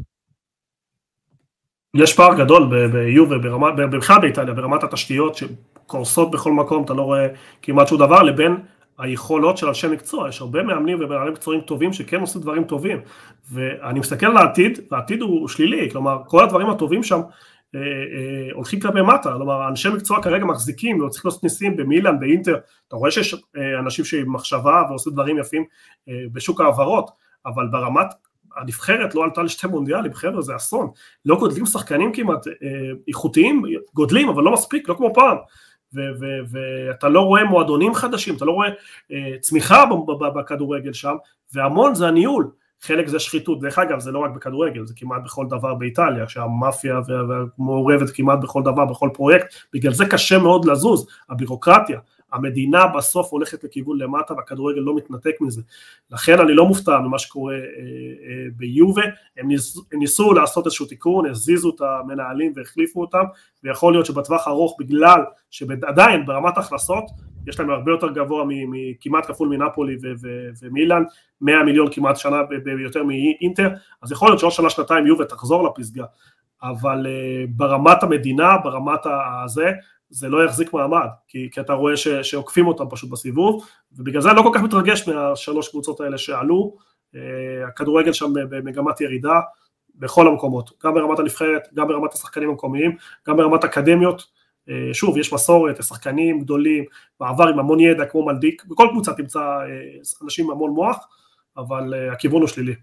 יש פער גדול ביובה, בכלל באיטליה, ברמת התשתיות שקורסות בכל מקום, אתה לא רואה כמעט שום דבר, לבין היכולות של אנשי מקצוע. יש הרבה מאמנים ומאמנים מקצועיים טובים שכן עושים דברים טובים, ואני מסתכל על העתיד, והעתיד הוא שלילי, כלומר כל הדברים הטובים שם הולכים כלפי מטה, כלומר אנשי מקצוע כרגע מחזיקים, לא צריך לעשות ניסים במילאן, באינטר, אתה רואה שיש אנשים שעם מחשבה ועושים דברים יפים בשוק העברות, אבל ברמת הנבחרת לא עלתה לשתי מונדיאלים, חבר'ה, זה אסון, לא גודלים שחקנים כמעט איכותיים, גודלים, אבל לא מספיק, לא כמו פעם, ואתה לא רואה מועדונים חדשים, אתה לא רואה צמיחה בכדורגל שם, והמון זה הניהול, חלק זה שחיתות, דרך אגב, זה לא רק בכדורגל, זה כמעט בכל דבר באיטליה, שהמאפיה מעורבת כמעט בכל דבר, בכל פרויקט, בגלל זה קשה מאוד לזוז, הבירוקרטיה, המדינה בסוף הולכת לכיוון למטה, והכדורגל לא מתנתק מזה. לכן אני לא מופתע ממה שקורה ביובה, הם ניסו לעשות איזשהו תיקון, הזיזו את המנהלים והחליפו אותם, ויכול להיות שבטווח ארוך, בגלל שעדיין ברמת ההכנסות, יש להם הרבה יותר גבוה, כמעט כפול מנפולי ומילאן, 100 מיליון כמעט שנה ביותר מאינטר, אז יכול להיות שעוד שנה, שנתיים יובה תחזור לפסגה, אבל ברמת המדינה, ברמת הזה, זה לא יחזיק מעמד, כי אתה רואה שעוקפים אותם פשוט בסיבוב, ובגלל זה אני לא כל כך מתרגש מהשלוש קבוצות האלה שעלו, הכדורגל שם במגמת ירידה, בכל המקומות, גם ברמת הנבחרת, גם ברמת השחקנים המקומיים, גם ברמת אקדמיות, שוב, יש מסורת, שחקנים גדולים, בעבר עם המון ידע כמו מלדיק, בכל קבוצה תמצא אנשים עם המון מוח, אבל הכיוון הוא שלילי.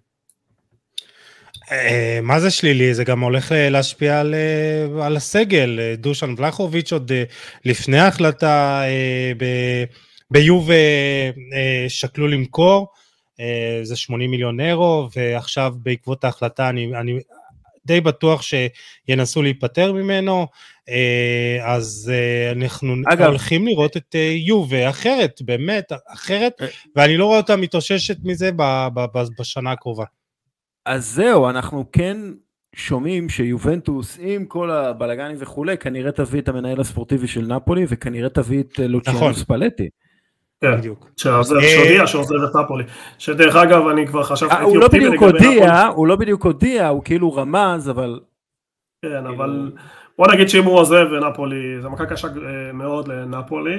מה זה שלילי? זה גם הולך להשפיע על הסגל, דושן ולחוביץ' עוד לפני ההחלטה ביובה שקלו למכור, זה 80 מיליון אירו, ועכשיו בעקבות ההחלטה די בטוח שינסו להיפטר ממנו, אז אנחנו הולכים לראות את יובה אחרת, באמת אחרת, ואני לא רואה אותה מתאוששת מזה בשנה הקרובה. אז זהו, אנחנו כן שומעים שיובנטוס עם כל הבלגנים וכולי, כנראה תביא את המנהל הספורטיבי של נפולי, וכנראה תביא את לוציאנו ספלטי. כן, שהודיע שעוזב את נפולי, שדרך אגב אני כבר חשבתי, הוא לא בדיוק הודיע, הוא כאילו רמז, אבל... כן, אבל בוא נגיד שאם הוא עוזב נפולי, זה מכה קשה מאוד לנפולי,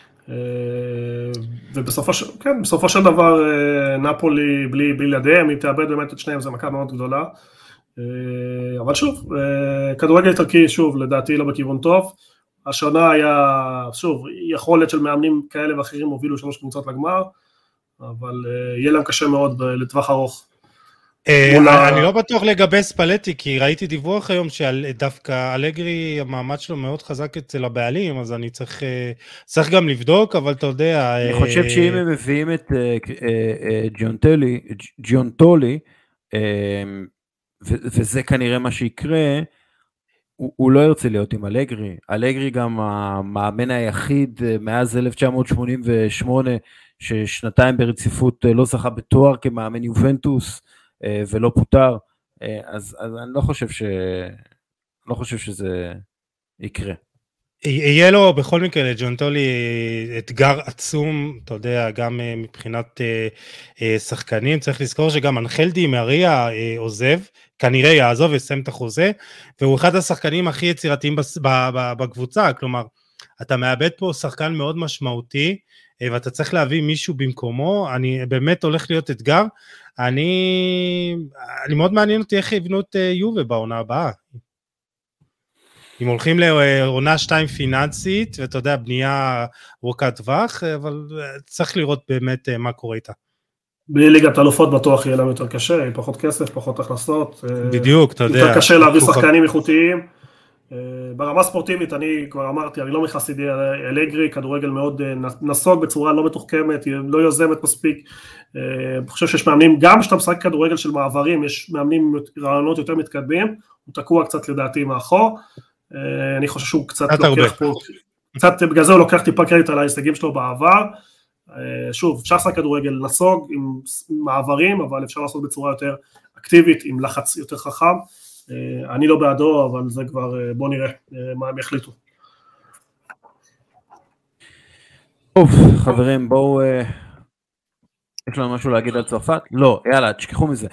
ובסופו של דבר נפולי בלי ידיהם, אם תאבד באמת את שניהם, זה מכה מאוד גדולה, אבל שוב, כדורגל איטלקי, שוב, לדעתי לא בכיוון טוב, השנה היה, שוב, יכולת של מאמנים כאלה ואחרים הובילו 3 קבוצות לגמר, אבל יהיה להם קשה מאוד לטווח ארוך. אני לא בטוח לגבי ספלטי, כי ראיתי דיווח היום שדווקא אלגרי, המעמד שלו מאוד חזק אצל הבעלים, אז אני צריך גם לבדוק, אבל אתה יודע... אני חושב שאם הם מביאים את ג'ונטולי, וזה כנראה מה שיקרה, הוא לא ירצה להיות עם אלגרי. אלגרי גם המאמן היחיד מאז 1988, ששנתיים ברציפות לא זכה בתואר כמאמן יובנטוס, ולא פוטר, אז אני לא חושב שזה יקרה. יהיה לו בכל מקרה לג'ונטולי אתגר עצום, אתה יודע, גם מבחינת שחקנים, צריך לזכור שגם אנחל די מריה עוזב, כנראה יעזוב ויסיים את החוזה, והוא אחד השחקנים הכי יצירתיים בקבוצה, כלומר, אתה מאבד פה שחקן מאוד משמעותי, ואתה צריך להביא מישהו במקומו, אני באמת הולך להיות אתגר, אני מאוד מעניין אותי איך יבנו את יובה בעונה הבאה, אם הולכים לעונה 2 פיננסית, ואתה יודע, בנייה ארוכת טווח, אבל צריך לראות באמת מה קורה איתה. בלי ליגת אלופות בטוח יהיה להם יותר קשה, פחות כסף, פחות הכנסות. בדיוק, אתה יודע. יותר קשה להביא שחקנים איכותיים. ברמה ספורטיבית, אני כבר אמרתי, אני לא מחסידי אלגרי, כדורגל מאוד נסוג בצורה לא מתוחכמת, לא יוזמת מספיק. אני חושב שיש מאמנים, גם כשאתה משחק כדורגל של מעברים, יש מאמנים רעיונות יותר מתקדמים, הוא תקוע קצת לדעתי מאחור. אני חושב שהוא קצת לוקח פה, בגלל זה הוא לוקח טיפה קרדיט על ההישגים שלו בעבר. שוב, אפשר לעשות כדורגל נסוג עם מעברים, אבל אפשר לעשות בצורה יותר אקטיבית, עם לחץ יותר חכם. אני לא בעדו, אבל זה כבר, בוא נראה מה הם יחליטו. טוב, חברים, בואו, יש לנו משהו להגיד על צרפת? לא, יאללה, תשכחו מזה.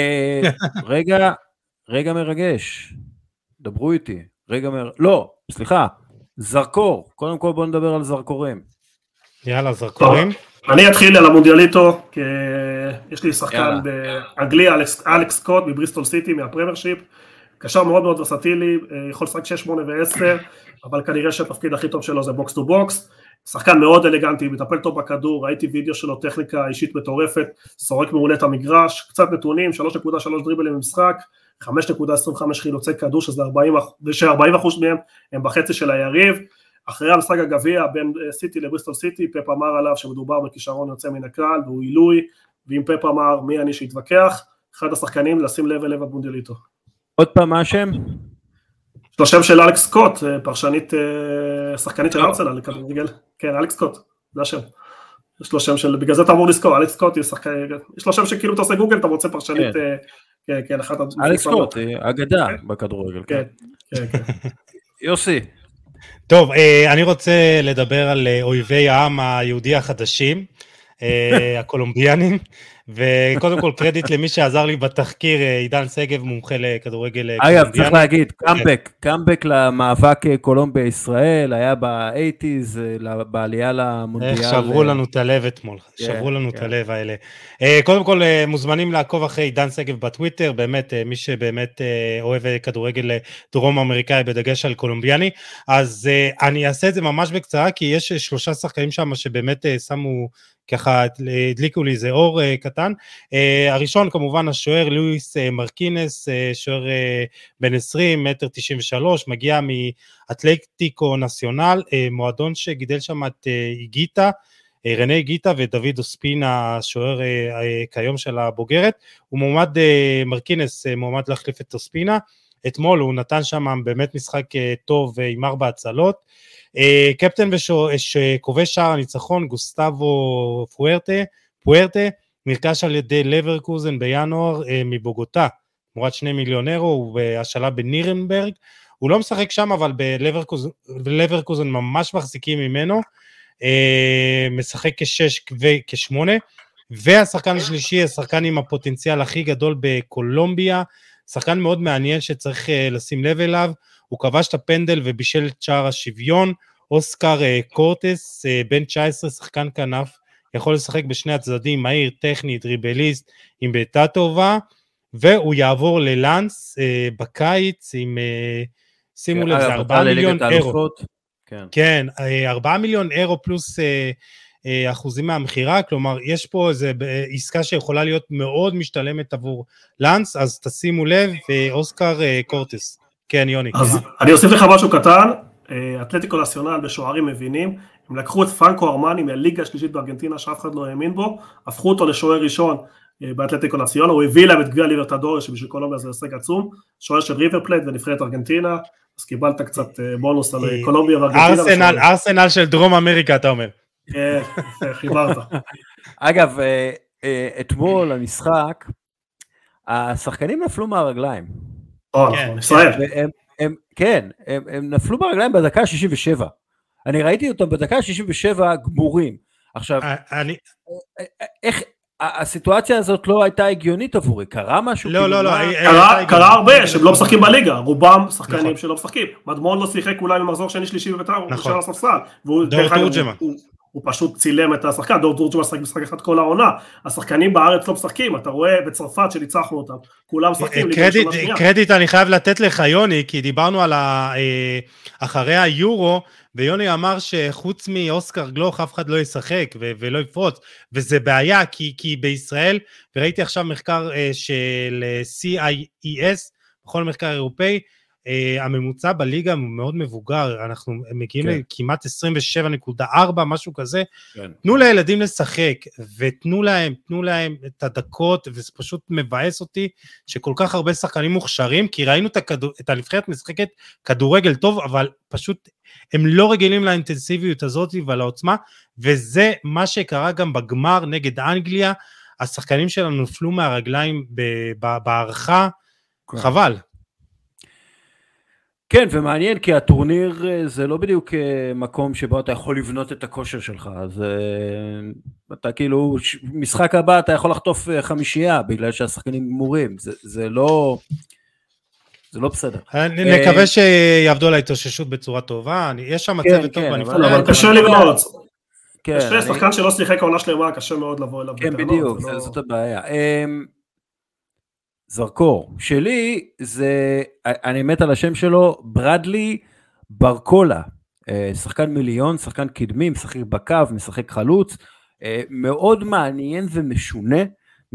רגע מרגש, דברו איתי. לא, סליחה, זרקור, קודם כל בואו נדבר על זרקורים. יאללה, זרקורים. אני אתחיל על המונדיאליטו, כי יש לי שחקן באנגליה, אלכס סקוט מבריסטול סיטי, מהפרמיירשיפ, קשר מאוד מאוד ורסטילי, יכול לשחק 6, 8 ו-10, אבל כנראה שהתפקיד הכי טוב שלו זה בוקס טו בוקס, שחקן מאוד אלגנטי, מטפל טוב בכדור, ראיתי וידאו שלו, טכניקה אישית מטורפת, סורק מעולה את המגרש, קצת נתונים, 3.3 דריבלים במשחק, 5.25 חילוצי כדור, שזה 40% מהם הם בחצי של היריב. אחרי המשחק הגביע בין סיטי לבריסטול סיטי, פפ אמר עליו שמדובר בכישרון יוצא מן הכלל, והוא עילוי, ואם פפ אמר מי אני שהתווכח, אחד השחקנים לשים לב אליו במונדיאליטו. עוד פעם מה השם? השם של אלכס סקוט, פרשנית, שחקנית של ארסנל, כן, אלכס סקוט, זה השם. יש לו שם של, בגלל זה אתה אמור לזכור, אלכס סקוט, יש לו שם שכאילו אתה עושה גוגל, אתה מוצא פרשנית, כן, אחת אלכס סקוט, אגדה בכדורגל. כן. יוסי. טוב, אני רוצה לדבר על אויבי העם היהודי החדשים, הקולומביאנים, וקודם כל קרדיט למי שעזר לי בתחקיר, עידן סגב, מומחה לכדורגל קולומביאני. אגב, צריך להגיד, קאמבק למאבק קולומביה ישראל, היה ב-80s, בעלייה למונדיאל. איך שברו לנו את הלב אתמול, שברו לנו את הלב האלה. קודם כל, מוזמנים לעקוב אחרי עידן סגב בטוויטר, באמת, מי שבאמת אוהב כדורגל דרום אמריקאי בדגש על קולומביאני, אז אני אעשה את זה ממש בקצרה, כי יש 3 שחקנים שם שבאמת שמו ככה הדליקו לי איזה אור קטן. הראשון כמובן השוער לואיס מרקינס, שוער בן 20, 1.93 מטר, מגיע מאתלטיקו נציונל, מועדון שגידל שם את איגיטה, רנה גיטה ודוד אוספינה, השוער כיום של הבוגרת, הוא מועמד, מרקינס מועמד להחליף את אוספינה, אתמול הוא נתן שם באמת משחק טוב עם 4 הצלות, קפטן וכובש שער הניצחון, גוסטבו פוארטה, נרכש על ידי לברקוזן בינואר מבוגוטה, תמורת 2 מיליון אירו, הוא בהשאלה בנירנברג, הוא לא משחק שם, אבל בלברקוזן ממש מחזיקים ממנו, משחק כ6 וכ8, והשחקן השלישי, השחקן עם הפוטנציאל הכי גדול בקולומביה, שחקן מאוד מעניין שצריך לשים לב אליו, הוא כבש את הפנדל ובישל את שער השוויון, אוסקר קורטס, בן 19, שחקן כנף, יכול לשחק בשני הצדדים, מהיר, טכני, דריבליסט, עם בעיטה טובה, והוא יעבור ללנס בקיץ עם, שימו לב, זה 4 מיליון אירו. כן, 4 מיליון אירו פלוס אחוזים מהמחירה, כלומר, יש פה איזו עסקה שיכולה להיות מאוד משתלמת עבור לנס, אז תשימו לב, אוסקר קורטס. כן, יוני. אז אני אוסיף לך משהו קטן, אתלטיקו נציונל בשוערים מבינים, הם לקחו את פרנקו ארמני מהליגה השלישית בארגנטינה, שאף אחד לא האמין בו, הפכו אותו לשוער ראשון באתלטיקו נציונל, הוא הביא להם את גביע ליברטדורס, שבשביל קולומביה זה הישג עצום, שוער של ריבר פלייט ונבחרת ארגנטינה, אז קיבלת קצת בונוס על קולומביה וארגנטינה. ארסנל של דרום אמריקה, אתה אומר. כן, חיברת. אגב, אתמול המשחק, השחקנים נפלו מהרגליים. ישראל. כן, הם נפלו מהרגליים בדקה 67. אני ראיתי אותם בדקה 67 גמורים. עכשיו, איך... הסיטואציה הזאת לא הייתה הגיונית עבורי, קרה משהו? לא, קרה הרבה שהם לא משחקים בליגה, רובם שחקנים שלא משחקים, מדמון לא שיחק אולי במחזור שני שלישי בבית"ר, הוא נשאר לספסל, הוא פשוט צילם את השחקן, דור תורג'מן משחק אחד כל העונה, השחקנים בארץ לא משחקים, אתה רואה בצרפת שניצחנו אותם, כולם משחקים. קרדיט אני חייב לתת לך יוני, כי דיברנו על אחרי היורו, ויוני אמר שחוץ מאוסקר גלוך אף אחד לא ישחק ולא יפרוץ, וזה בעיה כי בישראל, וראיתי עכשיו מחקר של CIES, בכל מחקר אירופאי, הממוצע בליגה הוא מאוד מבוגר, אנחנו מגיעים לכמעט 27.4, משהו כזה, תנו לילדים לשחק, ותנו להם את הדקות, וזה פשוט מבאס אותי, שכל כך הרבה שחקנים מוכשרים, כי ראינו את הנבחרת משחקת כדורגל טוב, אבל פשוט הם לא רגילים לאינטנסיביות הזאת ולעוצמה, וזה מה שקרה גם בגמר נגד אנגליה, השחקנים שלנו נפלו מהרגליים בהערכה, חבל. כן, ומעניין, כי הטורניר זה לא בדיוק מקום שבו אתה יכול לבנות את הכושר שלך, אז אתה כאילו, משחק הבא אתה יכול לחטוף 5, בגלל שהשחקנים גמורים, זה לא בסדר. נקווה שיעבדו על ההתאוששות בצורה טובה, יש שם צוות טוב, אבל קשה לבנות. יש שחקן שלא שיחק העונה שלמה, קשה מאוד לבוא אליו. כן, בדיוק, זאת הבעיה. זרקור שלי זה, אני מת על השם שלו, ברדלי ברקולה, שחקן מיליון, שחקן קדמי, משחק בקו, משחק חלוץ, מאוד מעניין ומשונה,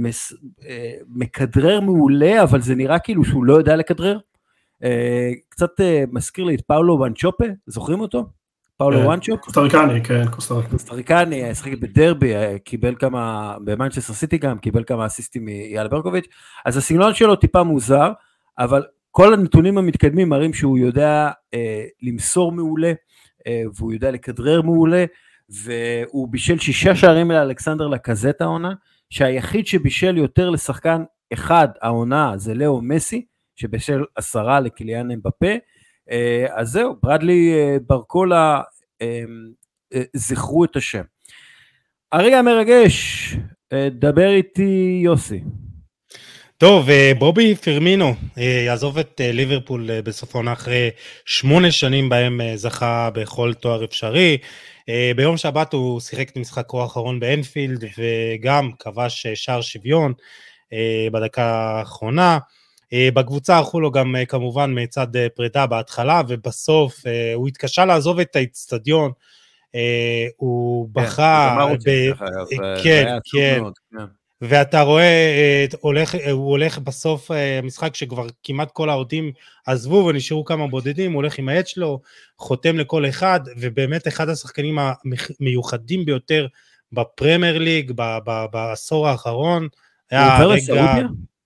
מקדרר מעולה, אבל זה נראה כאילו שהוא לא יודע לקדרר, קצת מזכיר לי את פאולו וואנצ'ופה, זוכרים אותו? פאולו וואנצ'ופ? קוסטריקני, כן, קוסטריקני, שחק בדרבי, קיבל כמה, במנצ'סטר סיטי גם, קיבל כמה אסיסטים מיאל ברקוביץ', אז הסגנון שלו טיפה מוזר, אבל כל הנתונים המתקדמים מראים שהוא יודע למסור מעולה, והוא יודע לכדרר מעולה, והוא בישל 6 שערים לאלכסנדר לקזט העונה, שהיחיד שבישל יותר לשחקן אחד העונה זה לאו מסי, שבישל 10 לקיליאן אמבפה, אז זהו, ברדלי ברקולה, זכרו את השם. הרגע המרגש, דבר איתי יוסי. טוב, בובי פירמינו יעזוב את ליברפול בסוף העונה אחרי 8 שנים בהם זכה בכל תואר אפשרי. ביום שבת הוא שיחק את משחקו האחרון באנפילד, וגם כבש שער שוויון בדקה האחרונה. בקבוצה ערכו לו גם כמובן מצד פרידה בהתחלה, ובסוף הוא התקשה לעזוב את האצטדיון, הוא בכה, כן, ואתה רואה, הוא הולך בסוף משחק שכבר כמעט כל העודים עזבו ונשארו כמה בודדים, הוא הולך עם העט שלו, חותם לכל אחד, ובאמת אחד השחקנים המיוחדים ביותר בפרמייר ליג, בעשור האחרון, הוא עובר לסעודיה?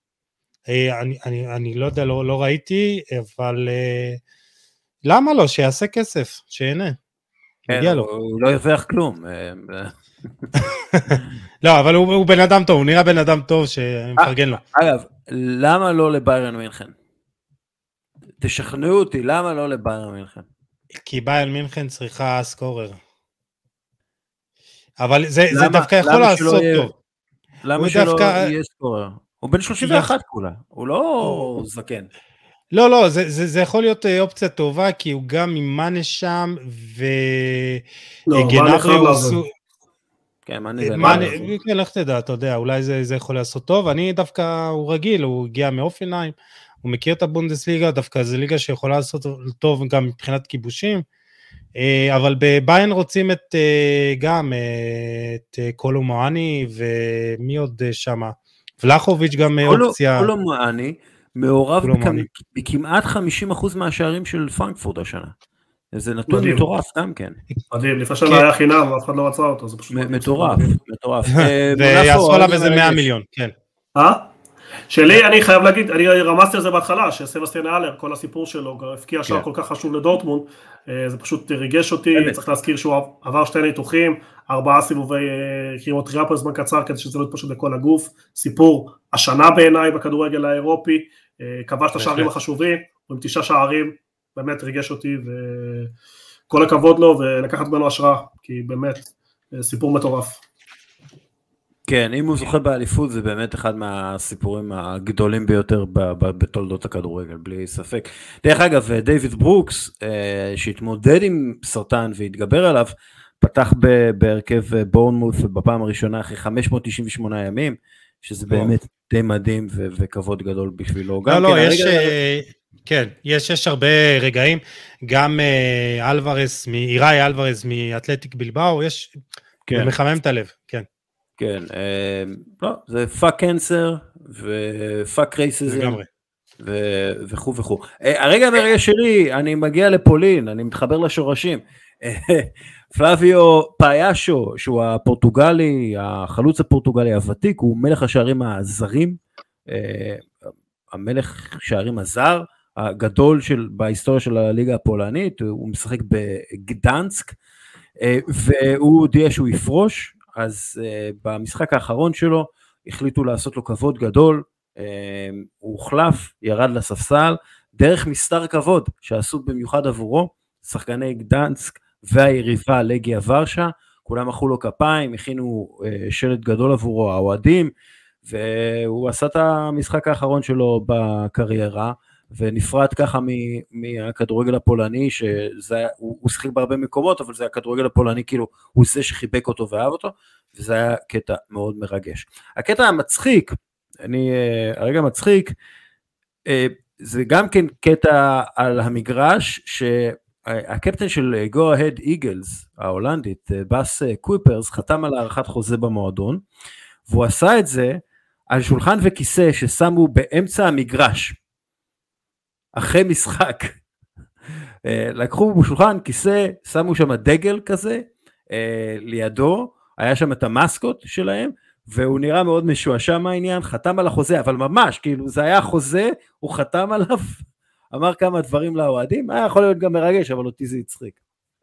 אני לא יודע, לא ראיתי, אבל למה לא? שיעשה כסף, שיהנה. כן, הוא לא ירוויח כלום. לא, אבל הוא בן אדם טוב, הוא נראה בן אדם טוב שמפרגן לו. אגב, למה לא לביירן מינכן? תשכנעו אותי, למה לא לביירן מינכן? כי ביירן מינכן צריכה סקורר. אבל זה דווקא יכול לעשות טוב. למה שלא יהיה סקורר? הוא בן 31 כולה, הוא לא זקן. לא, זה יכול להיות אופציה טובה, כי הוא גם ממאנה שם, וגנברי הוא... כן, לך תדע, אתה יודע, אולי זה יכול לעשות טוב, אני דווקא, הוא רגיל, הוא הגיע מאופנהיים, הוא מכיר את הבונדסליגה, דווקא זו ליגה שיכולה לעשות טוב גם מבחינת כיבושים, אבל בביירן רוצים גם את קולומואני, ומי עוד שמה? ולחוביץ' גם אופציה. קולומואני מעורב בכמעט 50% מהשערים של פרנקפורט השנה. זה נתון מטורף גם כן. מדהים, לפני שנה היה חינם, אף אחד לא רצה אותו, זה פשוט מטורף. ויעשו עליו איזה 100 מיליון, כן. שלי, אני חייב להגיד, אני רמזתי על זה בהתחלה, שסבסטיאן אלר, כל הסיפור שלו, הפקיע שער כל כך חשוב לדורטמונד, זה פשוט ריגש אותי, צריך להזכיר שהוא עבר 2 ניתוחים, 4 סיבובי כימותרפיה פרק זמן קצר, כדי שזה לא יתפשט בכל הגוף, סיפור השנה בעיניי בכדורגל האירופי, כבש את השערים החשובים, עם 9 שערים, באמת ריגש אותי, וכל הכבוד לו, ולקחת ממנו השראה, כי באמת סיפור מטורף. כן, אם הוא זוכה באליפות, זה באמת אחד מהסיפורים הגדולים ביותר בתולדות הכדורגל, בלי ספק. דרך אגב, דיוויד ברוקס, שהתמודד עם סרטן והתגבר עליו, פתח בהרכב בורנמות' בפעם הראשונה אחרי 598 ימים, שזה באמת די מדהים וכבוד גדול בשבילו. לא, כן, יש הרבה רגעים, גם איראי אלוורז מאתלטיק בלבאו, יש, זה מחמם את הלב, כן. כן, לא, זה פאק קנסר ופאק רייסיזם וכו' וכו'. הרגע מהרגע שלי, אני מגיע לפולין, אני מתחבר לשורשים. פלאביו פאיאשו, שהוא הפורטוגלי, החלוץ הפורטוגלי הוותיק, הוא מלך השערים הזרים, המלך שערים הזר, הגדול בהיסטוריה של הליגה הפולנית, הוא משחק בגדנסק, והוא הודיע שהוא יפרוש, אז במשחק האחרון שלו, החליטו לעשות לו כבוד גדול, הוא הוחלף, ירד לספסל, דרך מסתר כבוד, שעשו במיוחד עבורו, שחקני גדנסק והיריבה לגיה ורשה, כולם מחאו לו כפיים, הכינו שלט גדול עבורו, האוהדים, והוא עשה את המשחק האחרון שלו בקריירה, ונפרד ככה מהכדורגל הפולני, שהוא שיחק בהרבה מקומות, אבל זה הכדורגל הפולני, כאילו הוא זה שחיבק אותו ואהב אותו, וזה היה קטע מאוד מרגש. הקטע המצחיק, הרגע מצחיק, זה גם כן קטע על המגרש, שהקפטן של Go Ahead Eagles, ההולנדית, בס קויפרס, חתם על הערכת חוזה במועדון, והוא עשה את זה על שולחן וכיסא ששמו באמצע המגרש, אחרי משחק, לקחו בשולחן כיסא, שמו שם דגל כזה, לידו, היה שם את המסקוט שלהם, והוא נראה מאוד משועשע מהעניין, חתם על החוזה, אבל ממש, כאילו זה היה חוזה, הוא חתם עליו, אמר כמה דברים לאוהדים, היה יכול להיות גם מרגש, אבל אותי זה יצחיק.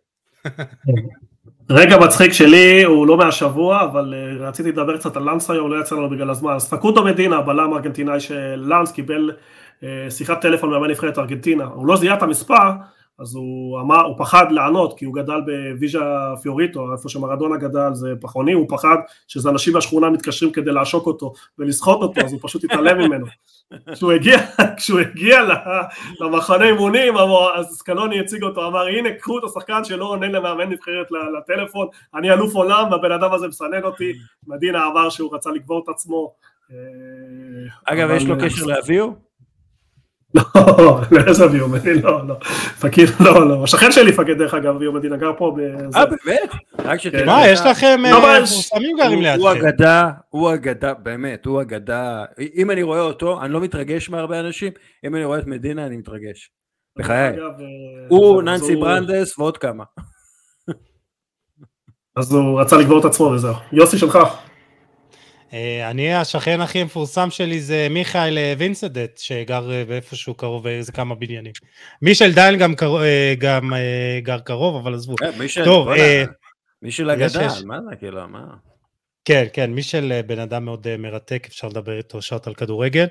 רגע מצחיק שלי, הוא לא מהשבוע, אבל רציתי לדבר קצת על לנס היום, לא יצא לנו בגלל הזמן, אז פקודו מדינה, בלם ארגנטינאי של לנס, קיבל שיחת טלפון מאמן נבחרת ארגנטינה, הוא לא זיהה את המספר, אז הוא פחד לענות, כי הוא גדל בוויז'ה פיוריטו, איפה שמרדונה גדל, זה פחוני, הוא פחד שזה אנשים מהשכונה מתקשרים כדי לעשוק אותו, ולסחוט אותו, אז הוא פשוט התעלם ממנו. כשהוא הגיע למחנה אימונים, אז סקלוני הציג אותו, אמר, הנה, קחו את השחקן שלא עונה למאמן נבחרת לטלפון, אני אלוף עולם, והבן אדם הזה מסנן אותי, מדינה אמר שהוא רצה לקבור את עצמו. אגב, יש לו קשר לאביו? לא, איזה אביו מדינה, לא, פקיד, לא, השכן שלי פקד דרך אגב, אביו מדינה גר פה. באמת? מה, יש לכם פורסמים גרים לידכם? הוא אגדה, באמת, הוא אגדה, אם אני רואה אותו, אני לא מתרגש מהרבה אנשים, אם אני רואה את מדינה, אני מתרגש, בחיי, הוא ננסי ברנדס ועוד כמה. אז הוא רצה לגבור את עצמו וזהו. יוסי שלך. אני, השכן הכי מפורסם שלי זה מיכאל וינסדט, שגר באיפשהו קרוב, איזה כמה בניינים. מישל דיין גם גר קרוב, אבל עזבו. מישל הגדל, מה זה כאילו, מה? כן, כן, מישל בן אדם מאוד מרתק, אפשר לדבר איתו שעות על כדורגל.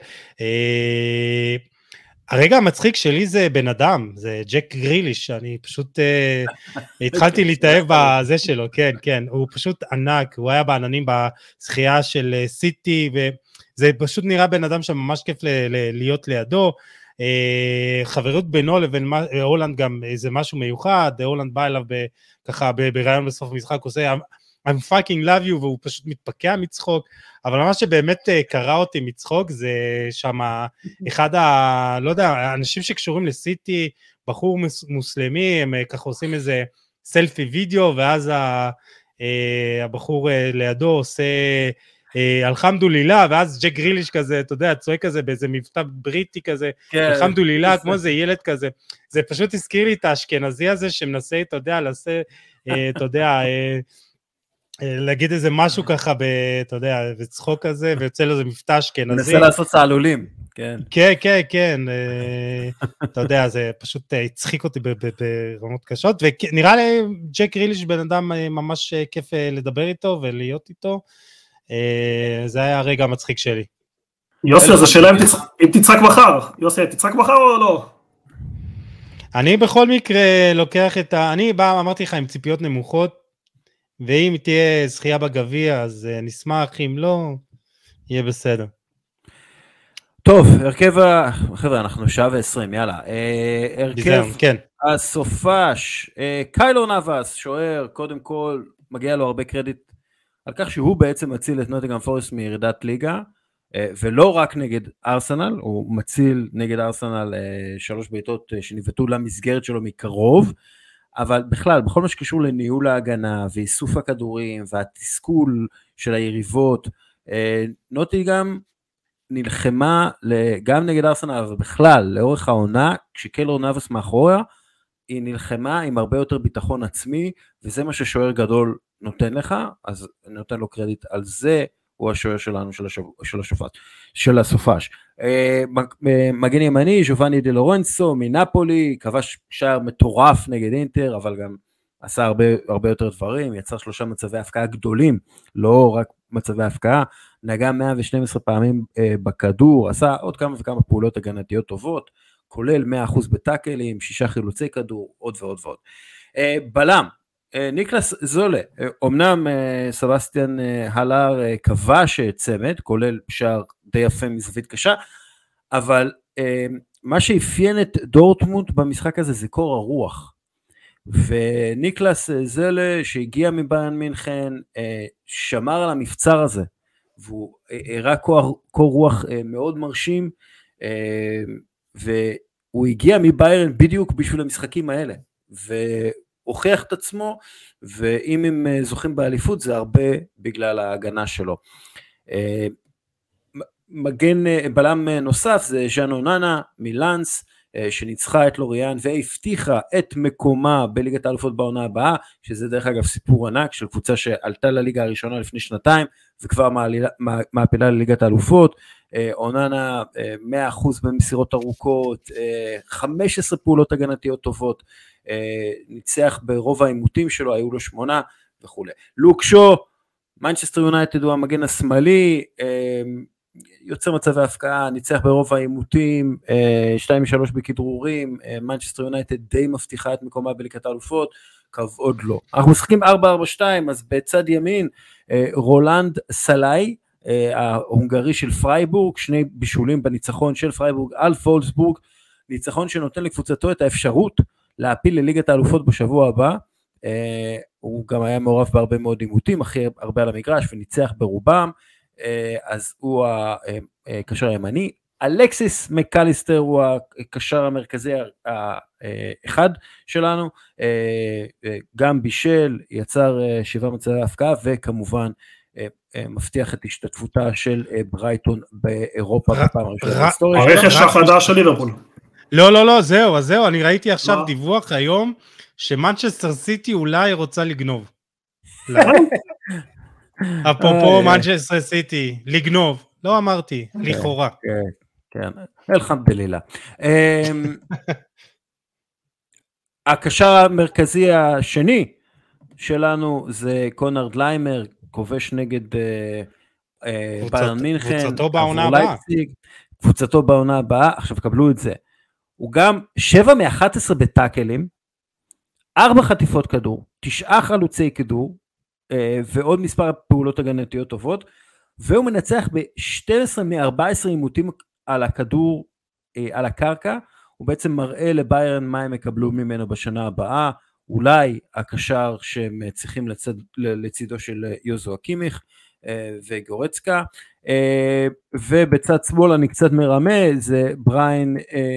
הרגע המצחיק שלי זה בן אדם, זה ג'ק גריליש, אני פשוט התחלתי להתאהב בזה שלו, כן, כן, הוא פשוט ענק, הוא היה בעננים בשחייה של סיטי, וזה פשוט נראה בן אדם שממש כיף להיות לידו, חברות בינו לבין הולנד גם זה משהו מיוחד, הולנד בא אליו ככה ברעיון בסוף המשחק, עושה I'm fucking love you, והוא פשוט מתפקע מצחוק, אבל מה שבאמת קרא אותי מצחוק, זה שם אחד לא יודע, האנשים שקשורים לסיטי, בחור מוסלמי, הם ככה עושים איזה סלפי וידאו, ואז הבחור לידו עושה אלחמדולילה, ואז ג'ק גריליש כזה, אתה יודע, צועק כזה באיזה מבטא בריטי כזה, אלחמדולילה, כמו איזה ילד כזה, זה פשוט הזכיר לי את האשכנזי הזה, שמנסה, אתה יודע, אתה יודע, להגיד איזה משהו ככה, אתה יודע, בצחוק כזה, ויוצא לו איזה מבטא אשכנזי. מנסה לעשות צהלולים, כן. כן, כן, כן, אתה יודע, זה פשוט הצחיק אותי ברמות קשות, ונראה לי ג'ק גריליש בן אדם ממש כיף לדבר איתו ולהיות איתו, זה היה הרגע המצחיק שלי. יוסי, אז השאלה אם תצחק מחר, יוסי, תצחק מחר או לא? אני בכל מקרה לוקח אני אמרתי לך עם ציפיות נמוכות, ואם תהיה זכייה בגביע, אז נשמח, אם לא, יהיה בסדר. טוב, הרכב, חבר'ה, אנחנו שעה ו-20, יאללה. הרכב כן. הסופש, קיילור נאבס, שוער, קודם כל, מגיע לו הרבה קרדיט על כך שהוא בעצם מציל את נוטינגהאם פורסט מירידת ליגה, ולא רק נגד ארסנל, הוא מציל נגד ארסנל 3 בעיטות שניבטו למסגרת שלו מקרוב, אבל בכלל, בכל מה שקשור לניהול ההגנה, ואיסוף הכדורים, והתסכול של היריבות, נוטינגהאם נלחמה גם נגד ארסנל, ובכלל, לאורך העונה, כשקיילור נאבס מאחוריה, היא נלחמה עם הרבה יותר ביטחון עצמי, וזה מה ששוער גדול נותן לך, אז אני נותן לו קרדיט על זה, הוא השוער שלנו של הסופש. מגן ימני, ז'ובאני די לורנצו מנפולי, כבש שער מטורף נגד אינטר, אבל גם עשה הרבה יותר דברים, יצר 3 מצבי הפקעה גדולים, לא רק מצבי הפקעה, נגע 112 פעמים בכדור, עשה עוד כמה וכמה פעולות הגנתיות טובות, כולל 100% בטאקלים, 6 חילוצי כדור, עוד ועוד ועוד. בלם, ניקלס זולה, אמנם סבסטיאן הלר כבש צמד, כולל שער די יפה מזווית קשה, אבל מה שאפיין את דורטמונד במשחק הזה זה קור הרוח, וניקלס זולה שהגיע מביירן מינכן, שמר על המבצר הזה, והוא הראה קור רוח מאוד מרשים, והוא הגיע מביירן בדיוק בשביל המשחקים האלה, הוכיח את עצמו, ואם הם זוכים באליפות, זה הרבה בגלל ההגנה שלו. מגן בלם נוסף, זה ז'אן אוננה מלנס, שניצחה את לוריאן, והבטיחה את מקומה בליגת האלופות בעונה הבאה, שזה דרך אגב סיפור ענק, של קבוצה שעלתה לליגה הראשונה לפני 2 וכבר מעפילה לליגת האלופות, אוננה 100% במסירות ארוכות, 15 פעולות הגנתיות טובות, ניצח ברוב האימותים שלו, היו לו 8 וכו'. לוק שו, מנצ'סטר יונייטד הוא המגן השמאלי, יוצר מצבי הפקעה, ניצח ברוב האימותים, 2-3 בכדרורים, מנצ'סטר יונייטד די מבטיחה את מקומה בליגת האלופות, עוד לא. אנחנו משחקים 4-4-2, אז בצד ימין, רולנד סלאי, ההונגרי של פרייבורג, 2 בישולים בניצחון של פרייבורג על וולסבורג, ניצחון שנותן לקבוצתו את האפשרות להפיל לליגת האלופות בשבוע הבא, הוא גם היה מעורב בהרבה מאוד אימותים, הכי הרבה על המגרש וניצח ברובם, אז הוא הקשר הימני, אלכסיס מקליסטר הוא הקשר המרכזי האחד שלנו, גם בישל, יצר 7 מצבי הפקעה, וכמובן מבטיח את השתתפותה של ברייטון באירופה בפעם הראשונה בהיסטוריה. הרכש החדש של ליברפול. לא, זהו, אני ראיתי עכשיו דיווח היום, שמנצ'סטר סיטי אולי רוצה לגנוב. אפרופו מנצ'סטר סיטי, לגנוב, לא אמרתי, לכאורה. כן, אלחמדולילה. הקשר המרכזי השני שלנו זה קונרד ליימר, כובש נגד ביירן מינכן, קבוצתו בעונה הבאה. קבוצתו בעונה הבאה, עכשיו קבלו את זה. הוא גם 7 מ-11 בטאקלים, 4 חטיפות כדור, 9 חלוצי כדור, ועוד מספר פעולות הגנתיות טובות, והוא מנצח ב-12 מ-14 עימותים על הכדור, על הקרקע, הוא בעצם מראה לביירן מה הם יקבלו ממנו בשנה הבאה, אולי הקשר שהם צריכים לצידו של יוזו קימיך וגורצקה, ובצד שמאל אני קצת מרמה, זה בריין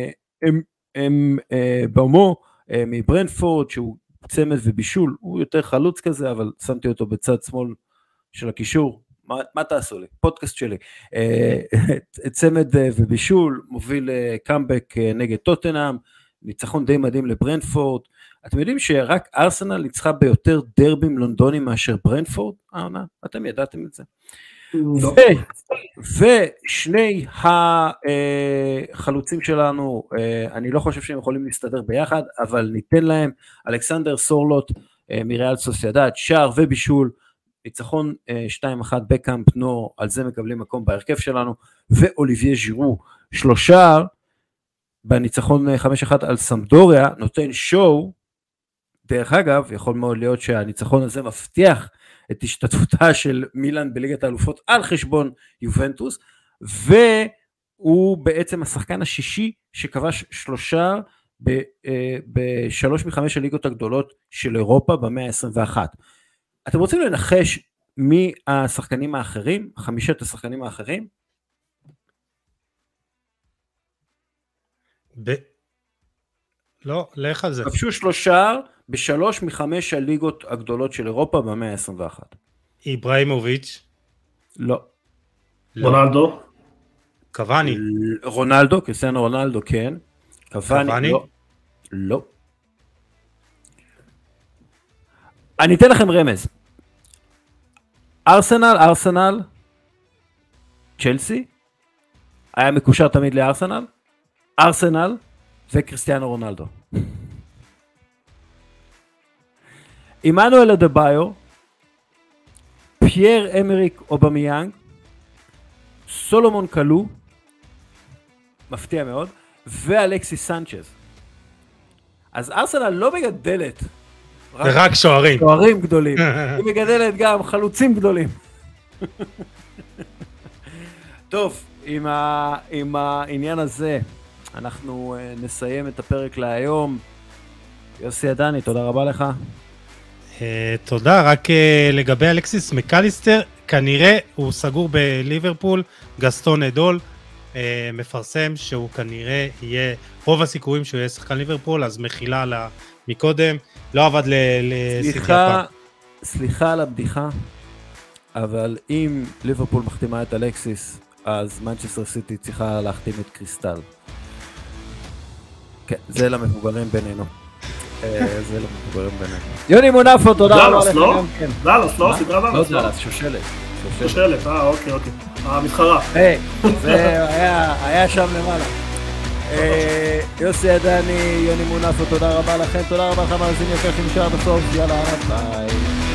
בומו מברנפורד, שהוא צמד ובישול, הוא יותר חלוץ כזה, אבל שמתי אותו בצד שמאל של הקישור, מה תעשו לי? פודקאסט שלי. צמד ובישול, מוביל קאמבק נגד טוטנהאם, ניצחון די מדהים לברנפורד, אתם יודעים שרק ארסנל ניצחה ביותר דרבים לונדונים מאשר ברנפורד? אתם ידעתם את זה. ושני החלוצים שלנו, אני לא חושב שהם יכולים להסתדר ביחד, אבל ניתן להם, אלכסנדר סורלוט מריאל סוסיידד, שער ובישול, ניצחון 2-1 בקאמפ נו, על זה מקבלים מקום בהרכב שלנו, ואוליביה ז'ירו, 3 בניצחון 5-1 על סמדוריה, נותן שואו, דרך אגב, יכול מאוד להיות שהניצחון הזה מבטיח את השתתפותה של מילאן בליגת האלופות על חשבון יובנטוס, והוא בעצם השחקן השישי שכבש 3 ב3 מ5 הליגות הגדולות של אירופה במאה ה-21. אתם רוצים לנחש מי השחקנים האחרים, 5 השחקנים האחרים? לא, לך על זה. כבשו 3 ב3 מ5 הליגות הגדולות של אירופה במאה ה-21. איברהימוביץ'. לא. רונלדו. קוואני. רונלדו, קריסטיאנו רונלדו, כן. קוואני, לא. לא. אני אתן לכם רמז. ארסנל, צ'לסי, היה מקושר תמיד ארסנל וקריסטיאנו רונלדו. עמנואל אדבאיו, פייר אמריק אובמיאנג, סולומון קלו, מפתיע מאוד, ואלכסיס סנצ'ז. אז ארסנל לא מגדלת רק שוערים גדולים, היא מגדלת גם חלוצים גדולים. טוב, עם העניין הזה אנחנו נסיים את הפרק להיום. יוסי עדני, תודה רבה לך. תודה, רק לגבי אלכסיס מקליסטר, כנראה הוא סגור בליברפול, גסטון אדול מפרסם שהוא כנראה יהיה, רוב הסיכויים שהוא יהיה שחקן ליברפול, אז מחילה לה מקודם, לא עבד סליחה על הבדיחה, אבל אם ליברפול מחתימה את אלכסיס, אז מנצ'סטר סיטי צריכה להחתים את קריסטל. כן, זה למבוגרים בינינו. יוני מונפו, תודה רבה לך. דלס, לא? סדרה דלס. לא דלס, שושלת. אוקיי. המתחרה. זה היה שם למעלה. יוסי עדני, יוני מונפו, תודה רבה לכם. תודה רבה לך מאזינים יקרים שנשאר בסוף. יאללה, ביי.